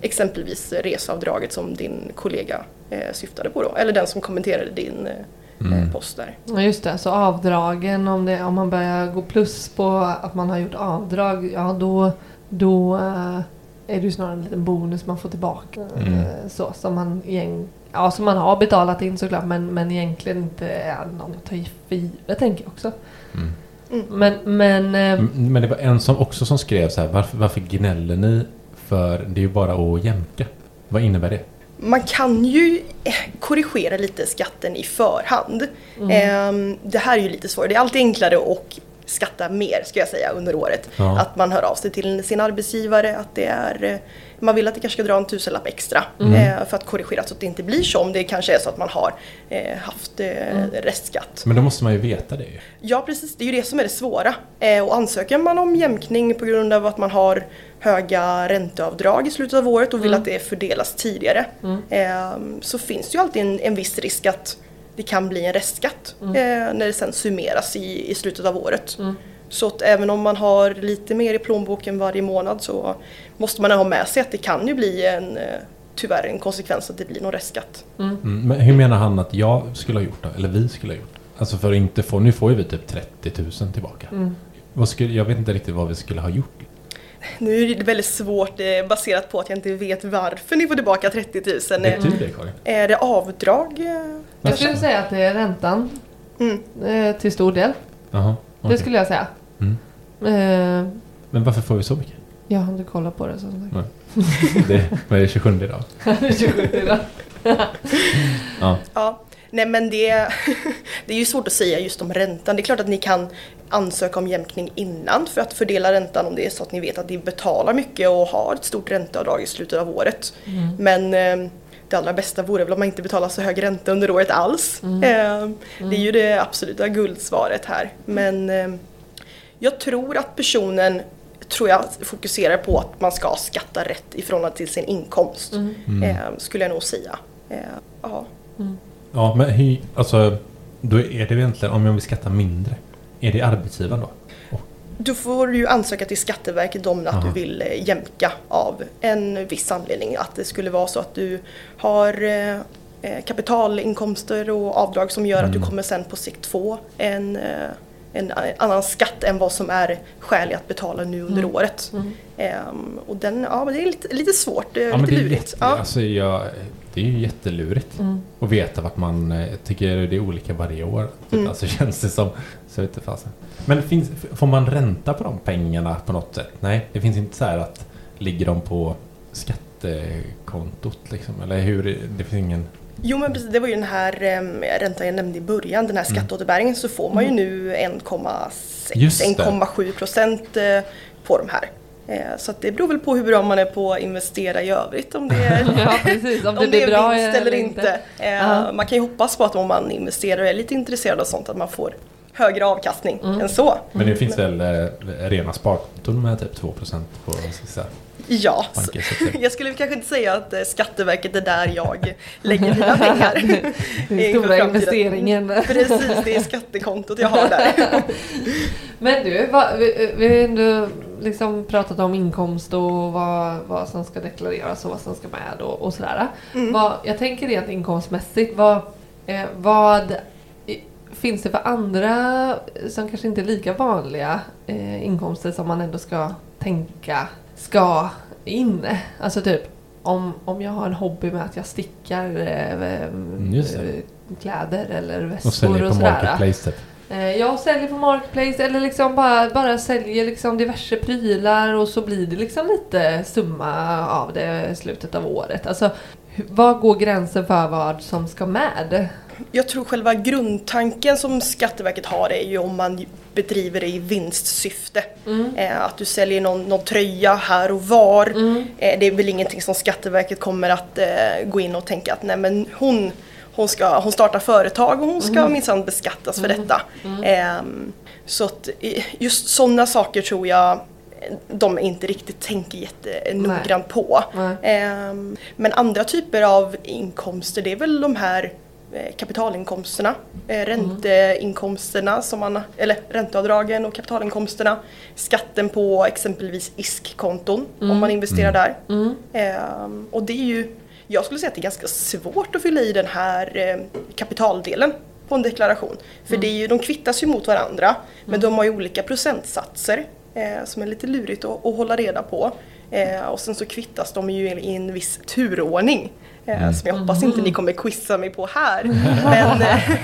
exempelvis reseavdraget som din kollega syftade på då, eller den som kommenterade din post där. Ja, just det, så avdragen, om man börjar gå plus på att man har gjort avdrag, ja då är det ju snarare en liten bonus man får tillbaka. Så som man har betalat in såklart, men egentligen inte är någon att ta i för givet, tänker jag också. Men det var en som skrev så här, varför gnäller ni, för det är ju bara att jämka. Vad innebär det? Man kan ju korrigera lite skatten i förhand. Det här är ju lite svårare. Det är alltid enklare att skatta mer, ska jag säga, under året. Ja. Att man hör av sig till sin arbetsgivare, att det är, man vill att det kanske ska dra en tusenlapp extra för att korrigera så att det inte blir så, om det kanske är så att man har haft restskatt. Men då måste man ju veta det. Ja, precis. Det är ju det som är det svåra. Och ansöker man om jämkning på grund av att man har höga ränteavdrag i slutet av året och vill att det fördelas tidigare, så finns det ju alltid en viss risk att det kan bli en restskatt när det sen summeras i slutet av året. Så att även om man har lite mer i plånboken varje månad, så måste man ha med sig att det kan ju bli tyvärr en konsekvens att det blir någon restskatt. Men hur menar han att jag skulle ha gjort det? Eller vi skulle ha gjort? Alltså för att inte få, nu får ju vi typ 30 000 tillbaka. Jag vet inte riktigt vad vi skulle ha gjort. Nu är det väldigt svårt baserat på att jag inte vet varför ni får tillbaka 30 000. Vet du det, Karin? Är det avdrag? Jag skulle säga att det är räntan till stor del. Aha, okay. Det skulle jag säga. Men varför får vi så mycket? Jag har inte kollat på det. Så Vad är det 27 idag? Det är 27 idag. Ja. Nej, men det är ju svårt att säga just om räntan. Det är klart att ni kan ansöka om jämkning innan för att fördela räntan om det är så att ni vet att ni betalar mycket och har ett stort ränteavdrag i slutet av året. Men det allra bästa vore väl om man inte betalar så hög ränta under året alls. Det är ju det absoluta guldsvaret här. Men jag tror att personen fokuserar på att man ska skatta rätt i förhållande till sin inkomst. Skulle jag nog säga. Ja, men då är det egentligen, om jag vill skatta mindre, är det arbetsgivaren då? Du får ju ansöka till Skatteverket om att du vill jämka av en viss anledning. Att det skulle vara så att du har kapitalinkomster och avdrag som gör att du kommer sen på sikt få en annan skatt än vad som är skäligt att betala nu under året. Och det är lite svårt, lite lurigt. Det är ju jättelurigt att veta vart man tycker det är olika varje år. Alltså känns det som, så vet inte fasen. Men får man ränta på de pengarna på något sätt? Nej, det finns inte så här att ligger de på skattekontot liksom, eller hur, det finns ingen. Jo, men precis, det var ju den här räntan jag nämnde i början, den här skatteåterbäringen, så får man ju nu 1,6-1,7% på de här. Så att det beror väl på hur bra man är på att investera i övrigt, om det är, precis, om det blir är bra vinst eller inte. Man kan ju hoppas på att om man investerar och är lite intresserad av sånt, att man får högre avkastning än så. Men det finns väl rena sparkonton med typ 2% på Ja, jag skulle kanske inte säga att Skatteverket är där jag lägger mina pengar. Den stora investeringen. Precis, det är skattekontot jag har där. Men du, vi har ändå liksom pratat om inkomst och vad som ska deklareras och vad som ska med och sådär. Jag tänker rent inkomstmässigt, vad finns det för andra som kanske inte är lika vanliga inkomster som man ändå ska tänka ska in? Alltså typ om jag har en hobby med att jag stickar kläder eller väskor och säljer på Marketplace typ. Jag säljer på Marketplace eller liksom bara säljer liksom diverse prylar och så blir det liksom lite summa av det i slutet av året. Alltså vad går gränsen för vad som ska med? Jag tror själva grundtanken som Skatteverket har är ju om man bedriver det i vinstsyfte. Att du säljer någon tröja här och var. Det är väl ingenting som Skatteverket kommer att gå in och tänka att nej, men hon startar företag och hon ska minsann beskattas för detta. Så att just sådana saker tror jag de inte riktigt tänker jättenoggrant på. Men andra typer av inkomster, det är väl de här kapitalinkomsterna, ränteinkomsterna eller ränteavdragen och kapitalinkomsterna, skatten på exempelvis ISK-konton om man investerar där. Och det är ju, jag skulle säga att det är ganska svårt att fylla i den här kapitaldelen på en deklaration. För det är ju, de kvittas ju mot varandra, men de har ju olika procentsatser som är lite lurigt att hålla reda på. Och sen så kvittas de ju i en viss turordning. Som jag hoppas inte ni kommer quizza mig på här. Men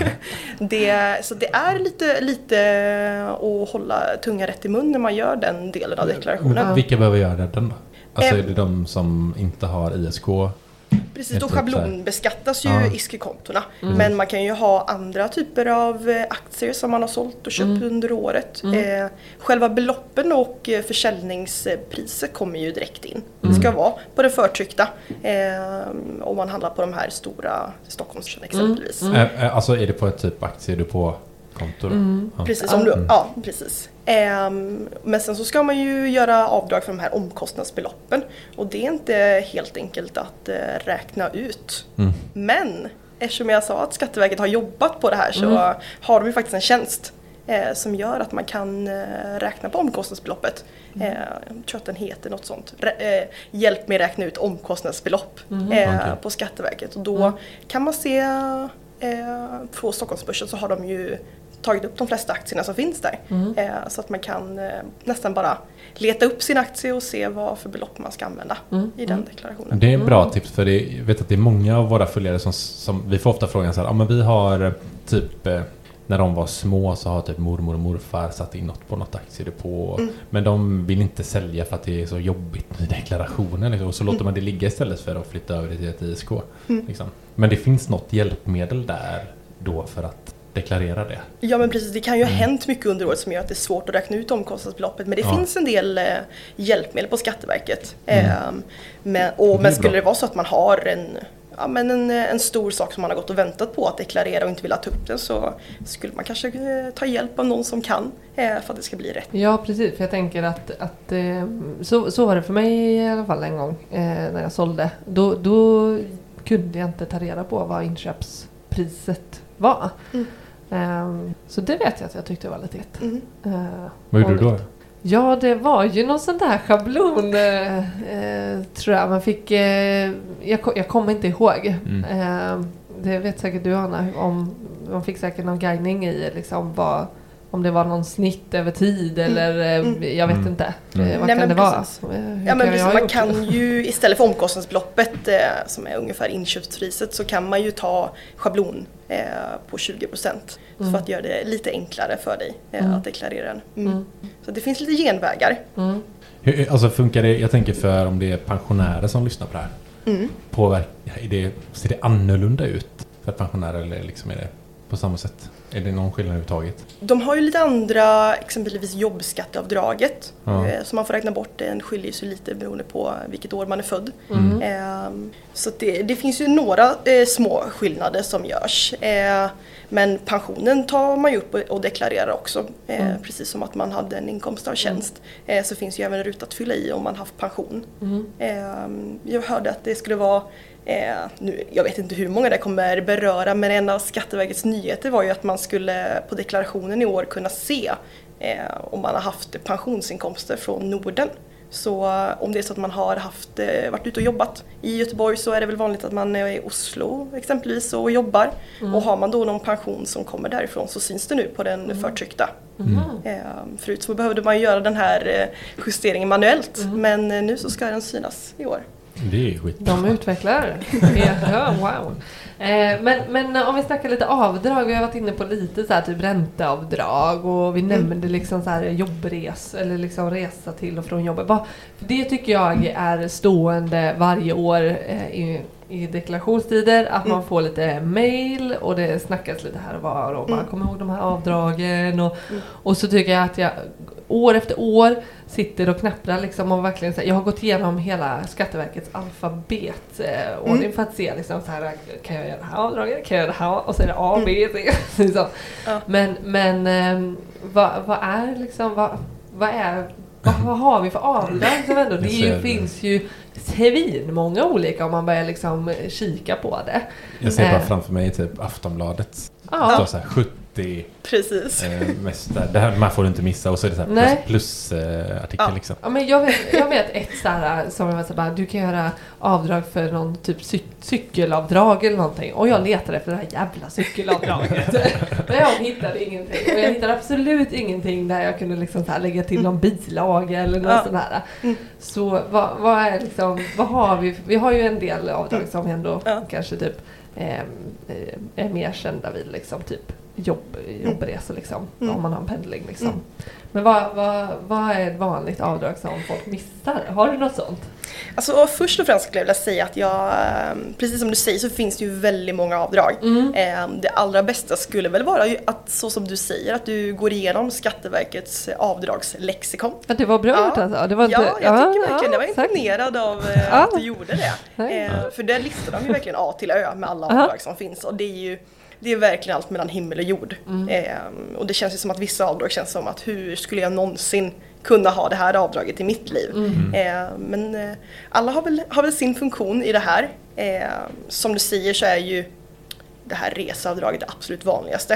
så det är lite att hålla tunga rätt i mun när man gör den delen av deklarationen. Vilka behöver göra den då? Alltså är det de som inte har ISK? Precis, då schablonbeskattas ju ISK-kontona. Men man kan ju ha andra typer av aktier som man har sålt och köpt under året. Själva beloppen och försäljningspriset kommer ju direkt in. Det ska vara på det förtryckta om man handlar på de här stora Stockholmsbörsen exempelvis. Alltså är det på ett typ aktiedepåkonto? Precis, precis. Men sen så ska man ju göra avdrag för de här omkostnadsbeloppen och det är inte helt enkelt att räkna ut. Men eftersom jag sa att Skatteverket har jobbat på det här så har de ju faktiskt en tjänst som gör att man kan räkna på omkostnadsbeloppet. Jag tror att den heter något sånt. Hjälp mig räkna ut omkostnadsbelopp på Skatteverket. Och då kan man se på Stockholmsbörsen så har de ju tagit upp de flesta aktierna som finns där. Så att man kan nästan bara leta upp sin aktie och se vad för belopp man ska använda i den deklarationen. Det är en bra tips, för jag vet att det är många av våra följare som vi får ofta frågan så här, men vi har typ när de var små så har typ mormor och morfar satt in något på något aktiedepå. Men de vill inte sälja för att det är så jobbigt med deklarationen. Liksom. Och så låter man det ligga istället för att flytta över det till ett ISK. Liksom. Men det finns något hjälpmedel där då för att deklarera det. Ja, men precis. Det kan ju ha hänt mycket under året som gör att det är svårt att räkna ut omkostnadsbeloppet. Men det finns en del hjälpmedel på Skatteverket. Men skulle det vara så att man har en stor sak som man har gått och väntat på att deklarera och inte vill ta upp den, så skulle man kanske ta hjälp av någon som kan för att det ska bli rätt. Ja, precis. För jag tänker att så var det för mig i alla fall en gång när jag sålde. Då kunde jag inte ta reda på vad inköpspriset var. Så det vet jag att jag tyckte var lite vad gjorde du då? Ja, det var ju någon sån där schablon tror jag. Man fick, jag kommer inte ihåg. Det vet säkert du, Anna, om man fick säkert någon guidning i liksom om det var någon snitt över tid eller jag vet inte. Vad kan det vara? Man kan ju istället för omkostnadsbeloppet som är ungefär inköpspriset, så kan man ju ta schablon på 20% för att göra det lite enklare för dig att deklarera den. Så det finns lite genvägar. Alltså funkar det, jag tänker för om det är pensionärer som lyssnar på det här. Ser det annorlunda ut för pensionärer eller liksom är det på samma sätt? Är det någon skillnad överhuvudtaget? De har ju lite andra, exempelvis jobbskatteavdraget som man får räkna bort. Den skiljer sig lite beroende på vilket år man är född. Så det finns ju några små skillnader som görs. Men pensionen tar man ju upp och deklarerar också. Precis som att man hade en inkomst av tjänst. Så finns ju även en ruta att fylla i om man haft pension. Jag hörde att det skulle vara jag vet inte hur många det kommer beröra, men en av Skatteverkets nyheter var ju att man skulle på deklarationen i år kunna se om man har haft pensionsinkomster från Norden. Så om det är så att man har varit ute och jobbat i Göteborg, så är det väl vanligt att man är i Oslo exempelvis och jobbar. Och har man då någon pension som kommer därifrån, så syns det nu på den förtryckta. Förut så behövde man göra den här justeringen manuellt, men nu så ska den synas i år. Det är skit. De utvecklar. Ja, wow. Men om vi snackar lite avdrag, vi har varit inne på lite så här typ ränteavdrag och vi nämnde liksom så här jobbres eller liksom resa till och från jobbet. Det tycker jag är stående varje år i deklarationstider, att man får lite mail och det snackas lite här och var och man kommer ihåg de här avdragen och så tycker jag att jag år efter år sitter och knapprar liksom och verkligen så här, jag har gått igenom hela Skatteverkets alfabetordning för att se liksom så här, kan jag göra det här avdraget, kan jag göra det här, och så är det A, B, C så. Men vad är liksom vad är vad har vi för avdrag som ändå? Finns ju många olika om man börjar liksom kika på det. Jag ser bara framför mig typ Aftonbladet. Det står så här 70 precis. Mest där. Det här man får inte missa och så är det så här plus artikel liksom. Ja, men jag vet ett sådär som jag var så bara, du kan göra avdrag för någon typ cykelavdrag eller någonting. Och jag letade efter det här jävla cykelavdraget. Men jag hittade ingenting. Och jag hittade absolut ingenting där jag kunde liksom så här lägga till någon bilaga eller något sånt här. Så vad är liksom, vad har vi? Vi har ju en del avdrag som ändå kanske typ är mer kända vid liksom typ jobbresor liksom, om man har en pendling liksom. Men vad är ett vanligt avdrag som folk missar? Har du något sånt? Alltså först och främst skulle jag vilja säga att jag, precis som du säger så finns det ju väldigt många avdrag. Det allra bästa skulle väl vara att så som du säger att du går igenom Skatteverkets avdragslexikon. Ja, det var bra gjort alltså. Det var inte, jag tycker verkligen, jag var imponerad av att du gjorde det. För där listar de ju verkligen A till Ö med alla avdrag som finns och det är verkligen allt mellan himmel och jord. Och det känns ju som att vissa avdrag känns som att hur skulle jag någonsin kunna ha det här avdraget i mitt liv. Men alla har väl sin funktion i det här. Som du säger så är ju det här reseavdraget det absolut vanligaste.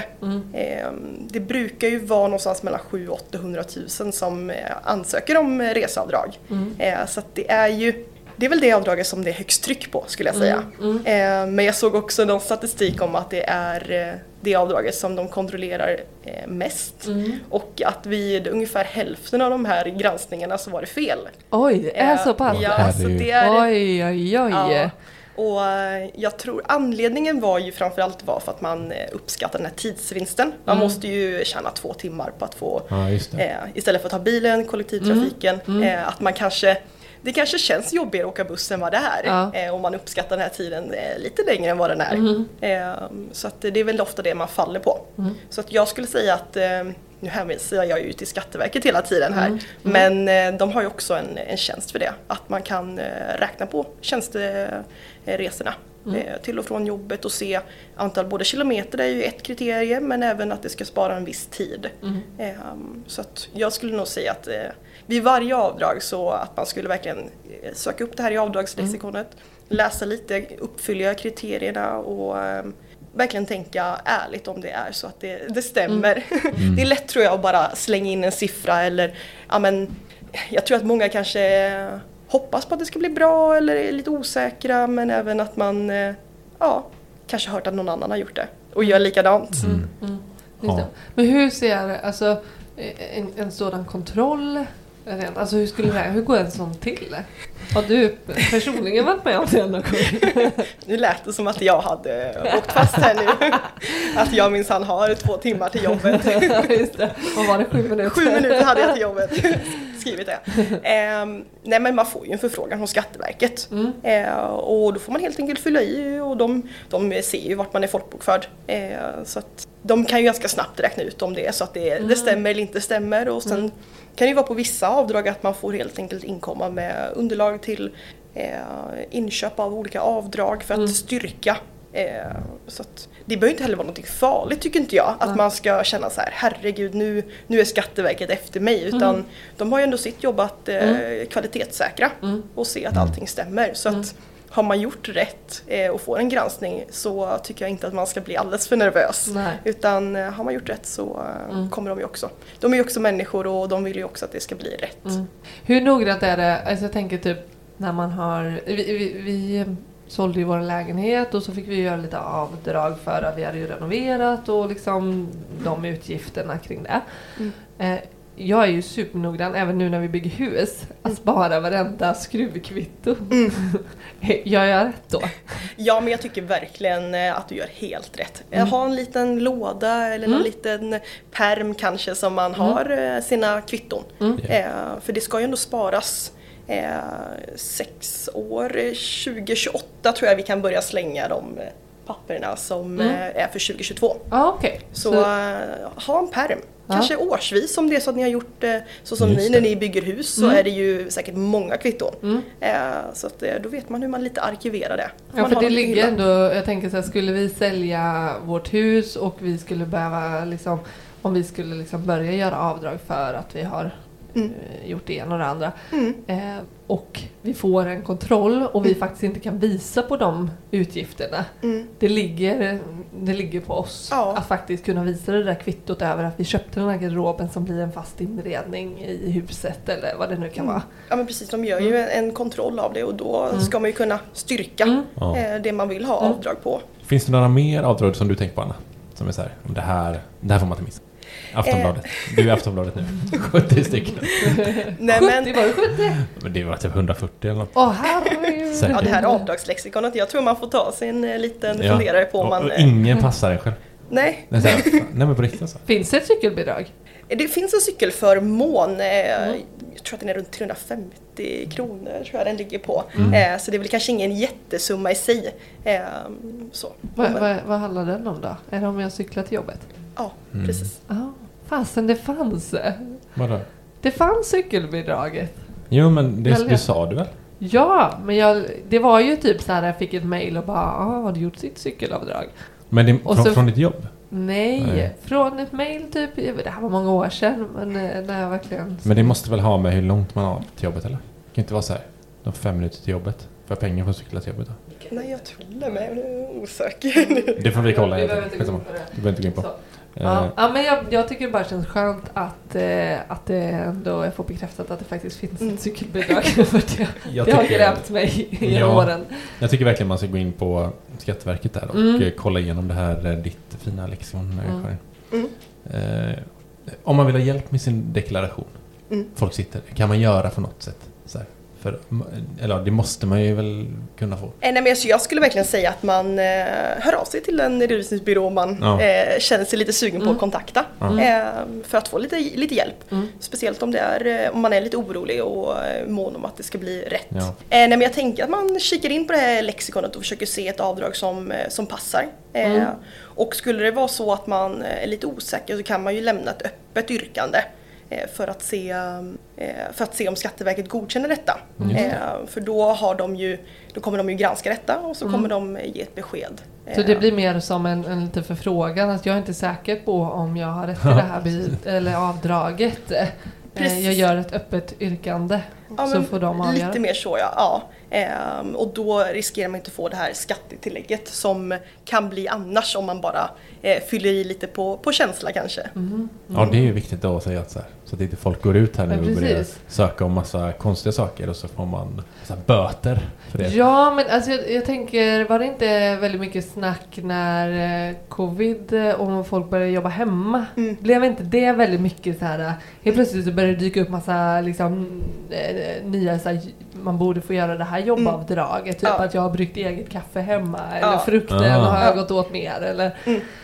Det brukar ju vara någonstans mellan 700-800 000 som ansöker om reseavdrag. Så att det är väl det avdraget som det är högst tryck på skulle jag säga. Men jag såg också någon statistik om att det är det avdraget som de kontrollerar mest. Och att vid ungefär hälften av de här granskningarna så var det fel. Oj, det är så pass. Ja, så det är, oj. Ja, och jag tror anledningen var ju framförallt för att man uppskattar den här tidsvinsten. Man måste ju tjäna 2 timmar på att få, istället för att ta bilen, kollektivtrafiken, att man det kanske känns jobbigare att åka bussen vad det är. Om man uppskattar den här tiden lite längre än vad den är. Så att det är väl ofta det man faller på. Så att jag skulle säga att, nu hänvisar jag ju till Skatteverket hela tiden här. Men de har ju också en tjänst för det. Att man kan räkna på tjänsteresorna till och från jobbet och se antal både kilometer, det är ju ett kriterium, men även att det ska spara en viss tid. Så att jag skulle nog säga att vid varje avdrag så att man skulle verkligen söka upp det här i avdragslexikonet, läsa lite, uppfylla kriterierna och verkligen tänka ärligt om det är så att det stämmer. Det är lätt tror jag att bara slänga in en siffra eller jag tror att många kanske hoppas på att det ska bli bra eller är lite osäkra, men även att man kanske hört att någon annan har gjort det och gör likadant. Men hur ser alltså en sådan kontroll, alltså hur går en sån till? Har du personligen varit med om det någon gång? Nu lät det som att jag hade åkt fast här nu. Att jag minsann har 2 timmar till jobbet. Just det. Och var det 7 minuter? 7 minuter hade jag till jobbet. Skrivit det. Nej, men man får ju en förfrågan hos Skatteverket. Och då får man helt enkelt fylla i och de ser ju vart man är folkbokförd. Så att de kan ju ganska snabbt räkna ut om det är så att det stämmer eller inte stämmer. Och sen kan det ju vara på vissa avdrag att man får helt enkelt inkomma med underlag till inköp av olika avdrag för att styrka. Så att det behöver inte heller vara något farligt tycker inte jag. Att man ska känna så här, herregud nu är Skatteverket efter mig. Utan de har ju ändå sitt jobb att kvalitetssäkra och se att allting stämmer. Så att har man gjort rätt och får en granskning så tycker jag inte att man ska bli alldeles för nervös. Utan har man gjort rätt så kommer de ju också. De är ju också människor och de vill ju också att det ska bli rätt. Hur noggrant är det? Alltså jag tänker typ när man har... Vi sålde ju vår lägenhet och så fick vi göra lite avdrag för att vi hade ju renoverat och liksom de utgifterna kring det. Jag är ju supernoggrann även nu när vi bygger hus att spara varenda skruvkvitto. Gör jag rätt då? Ja, men jag tycker verkligen att du gör helt rätt. Ha en liten låda eller någon liten perm kanske som man har sina kvitton. För det ska ju ändå sparas 6 år, 2028 tror jag vi kan börja slänga de papperna som är för 2022. Okay. Så ha en perm. Kanske årsvis om det är så att ni har gjort så som ni när ni bygger hus så är det ju säkert många kvitton. Så att då vet man hur man lite arkiverar det. Ja, för det ligger ändå, jag tänker så här, skulle vi sälja vårt hus och vi skulle behöva liksom, om vi skulle liksom börja göra avdrag för att vi har gjort det ena och det andra. Och vi får en kontroll och vi faktiskt inte kan visa på de utgifterna. Det ligger på oss att faktiskt kunna visa det där kvittot över att vi köpte den här garderoben som blir en fast inredning i huset eller vad det nu kan vara. Ja, men precis, de gör ju en kontroll av det och då ska man ju kunna styrka det man vill ha avdrag på. Finns det några mer avdrag som du tänker på, Anna? Som är så här, om det här får man inte missa. Aftonbladet. Du är Aftonbladet nu. 70 stycken. Nej, 70, var det 70? Men det var typ 140 eller något. Ja, det här avdragslexikonet. Jag tror man får ta sig en liten funderare på om man... Ingen passar en själv. Nej. Nej, men på riktigt alltså. Finns det ett cykelbidrag? Det finns en cykelförmån. Jag tror att den är runt 350 kronor tror jag den ligger på. Så det är väl kanske ingen jättesumma i sig. Så. Vad handlar den om då? Är det om jag cyklar till jobbet? Ja, precis. Fasen, det fanns. Vadå? Det fanns cykelbidraget. Jo, men det sa du väl? Ja, men det var ju typ så här, jag fick ett mejl och bara, har du gjort sitt cykelavdrag? Men det, från ditt jobb? Nej, från ett mejl typ, det här var många år sedan, men när jag verkligen... Men det måste väl ha med hur långt man har till jobbet, eller? Det kan inte vara så här, de 5 minuter till jobbet. För pengar för att cykla till jobbet då? Nej, jag tror det med, jag är osäker. Det får vi kolla. Du behöver inte gå in på det. Ja, men jag tycker det bara känns skönt att det ändå får bekräftat att det faktiskt finns ett cykelbidrag. För det har grämt mig genom åren. Jag tycker verkligen man ska gå in på Skatteverket där och kolla igenom det här, ditt fina lexikon. Om man vill ha hjälp med sin deklaration, folk sitter, kan man göra på något sätt så här? Eller det måste man ju väl kunna få. Nej, men jag skulle verkligen säga att man hör av sig till en redovisningsbyrå man känner sig lite sugen på att kontakta för att få lite hjälp. Speciellt om man är lite orolig och mån om att det ska bli rätt. Nej, men jag tänker att man kikar in på det här lexikonet och försöker se ett avdrag som passar. Och skulle det vara så att man är lite osäker så kan man ju lämna ett öppet yrkande för att se om Skatteverket godkänner detta. För då kommer de ju granska detta och så kommer de ge ett besked. Så det blir mer som en liten förfrågan att jag är inte säker på om jag har rätt till det här eller avdraget. Jag gör ett öppet yrkande så får de avgöra. Lite mer så, ja. Och då riskerar man inte få det här skattetillägget som kan bli annars om man bara fyller i lite på känsla kanske. Ja, det är ju viktigt att säga så att inte folk går ut här nu och börjar söka om massa konstiga saker och så får man böter för det. Ja, men alltså jag tänker, var det inte väldigt mycket snack när covid och folk började jobba hemma? Blev inte det väldigt mycket så här, helt plötsligt så började det dyka upp massa liksom nya så här, man borde få göra det här jobbavdraget, typ att jag har bryggt eget kaffe hemma eller frukten har jag gått åt mer eller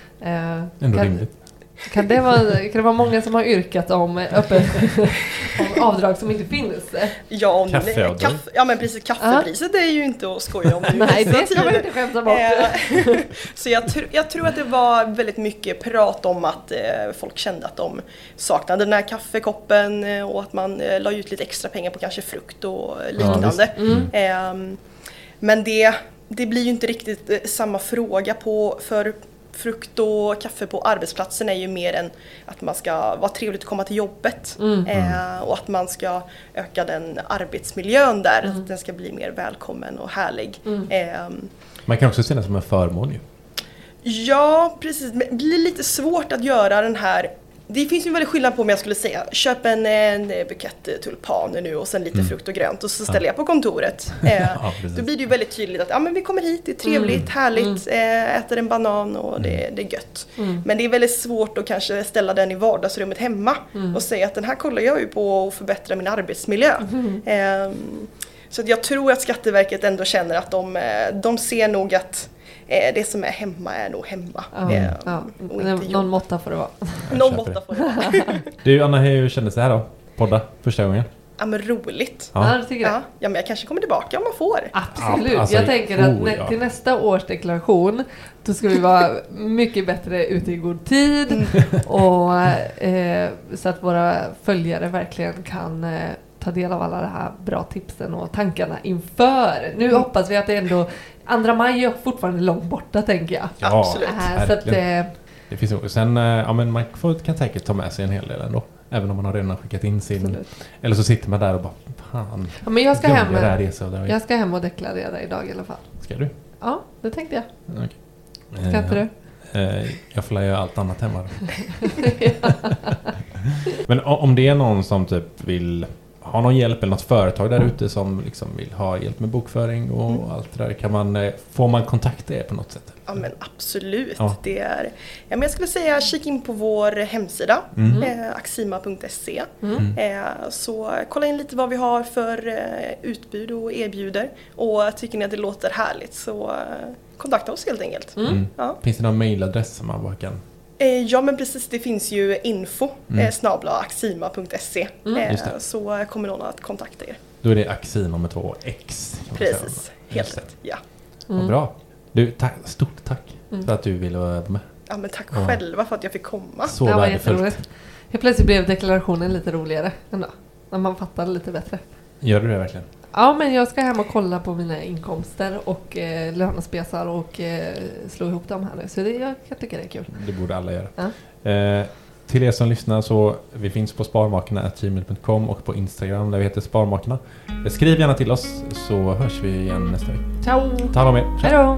Kan det vara många som har yrkat om om avdrag som inte finns? Ja, men precis, kaffepriset är ju inte att skoja om. Nej, det ska man inte skämta bort. Så jag tror att det var väldigt mycket prat om att folk kände att de saknade den här kaffekoppen och att man la ut lite extra pengar på kanske frukt och liknande. Men det blir ju inte riktigt samma fråga för frukt och kaffe på arbetsplatsen är ju mer än att man ska vara trevligt att komma till jobbet och att man ska öka den arbetsmiljön där, att den ska bli mer välkommen och härlig. Man kan också se det som en förmån ju. Ja, precis. Men det blir lite svårt att göra den här. Det finns ju väldigt skillnad på om jag skulle säga köp en bukett tulpaner nu och sen lite frukt och grönt och så ställer jag på kontoret. Då blir det ju väldigt tydligt att men vi kommer hit, det är trevligt, härligt, äter en banan och det är gött. Men det är väldigt svårt att kanske ställa den i vardagsrummet hemma och säga att den här kollar jag ju på att förbättra min arbetsmiljö. Så jag tror att Skatteverket ändå känner att de ser nog att det som är hemma är nog hemma. Någon måtta får det vara. Någon måtta får det vara. Du Anna, hur kändes det här då? Podda första gången? Ja, men roligt. Ja, jag tycker det. Ja, men jag kanske kommer tillbaka om man får. Absolut. Alltså, jag tänker att till nästa års deklaration då ska vi vara mycket bättre ute i god tid och så att våra följare verkligen kan ta del av alla de här bra tipsen och tankarna inför. Nu hoppas vi att det ändå 2 maj är fortfarande långt borta, tänker jag. Ja, absolut. Så att, det finns sen, men man kan säkert ta med sig en hel del ändå. Även om man har redan skickat in sin... Absolut. Eller så sitter man där och bara, fan. Ja, men jag ska hem och deklarera idag i alla fall. Ska du? Ja, det tänkte jag. Okay. Ska inte du? Jag får göra allt annat hemma. Men om det är någon som typ vill ha någon hjälp eller något företag där ute som liksom vill ha hjälp med bokföring och allt det där, får man kontakta er på något sätt? Ja, men absolut. Ja. Det är, men jag skulle säga kika in på vår hemsida axima.se. Så kolla in lite vad vi har för utbud och erbjuder, och tycker ni att det låter härligt så kontakta oss helt enkelt. Ja. Finns det någon mailadress som man bara kan... Ja, men precis, det finns ju info @axima.se. Så kommer någon att kontakta er. Då är det Axima med 2 X. Precis, helt rätt. Ja. Bra. Du, stort tack för att du ville vara med. Ja, men tack själva för att jag fick komma. Så värdefullt. Helt plötsligt blev deklarationen lite roligare ändå, när man fattade lite bättre. Gör du det verkligen? Ja, men jag ska hem och kolla på mina inkomster och lönespesar och slå ihop dem här nu. Så jag tycker det är kul. Det borde alla göra. Ja. Till er som lyssnar, så vi finns på sparmakarna@gmail.com och på Instagram där vi heter Sparmakarna. Skriv gärna till oss så hörs vi igen nästa vecka. Ciao! Ta hand om er. Hej då!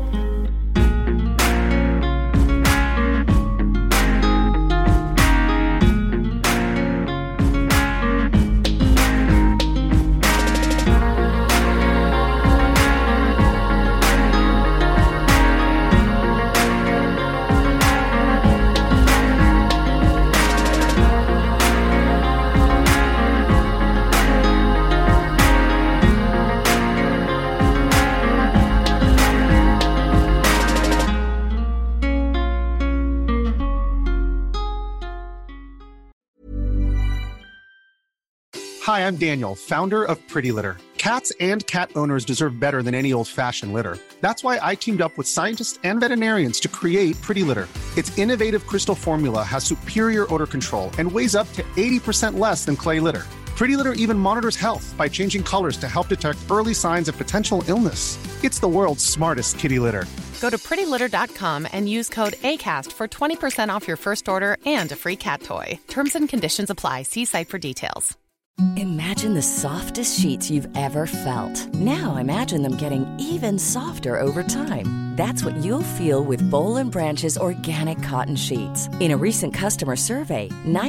Hi, I'm Daniel, founder of Pretty Litter. Cats and cat owners deserve better than any old-fashioned litter. That's why I teamed up with scientists and veterinarians to create Pretty Litter. Its innovative crystal formula has superior odor control and weighs up to 80% less than clay litter. Pretty Litter even monitors health by changing colors to help detect early signs of potential illness. It's the world's smartest kitty litter. Go to prettylitter.com and use code ACAST for 20% off your first order and a free cat toy. Terms and conditions apply. See site for details. Imagine the softest sheets you've ever felt. Now imagine them getting even softer over time. That's what you'll feel with Boll & Branch's organic cotton sheets. In a recent customer survey,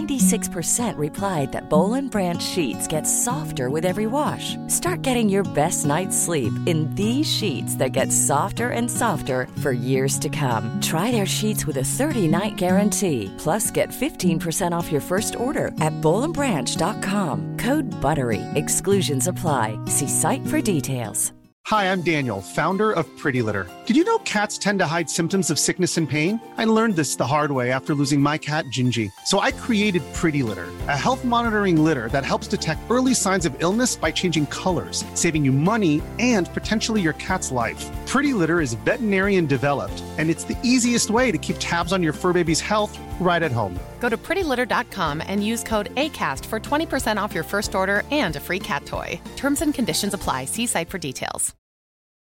96% replied that Boll & Branch sheets get softer with every wash. Start getting your best night's sleep in these sheets that get softer and softer for years to come. Try their sheets with a 30-night guarantee. Plus, get 15% off your first order at bollandbranch.com. Code BUTTERY. Exclusions apply. See site for details. Hi, I'm Daniel, founder of Pretty Litter. Did you know cats tend to hide symptoms of sickness and pain? I learned this the hard way after losing my cat, Gingy. So I created Pretty Litter, a health monitoring litter that helps detect early signs of illness by changing colors, saving you money and potentially your cat's life. Pretty Litter is veterinarian developed, and it's the easiest way to keep tabs on your fur baby's health right at home. Go to prettylitter.com and use code ACAST for 20% off your first order and a free cat toy. Terms and conditions apply. See site for details.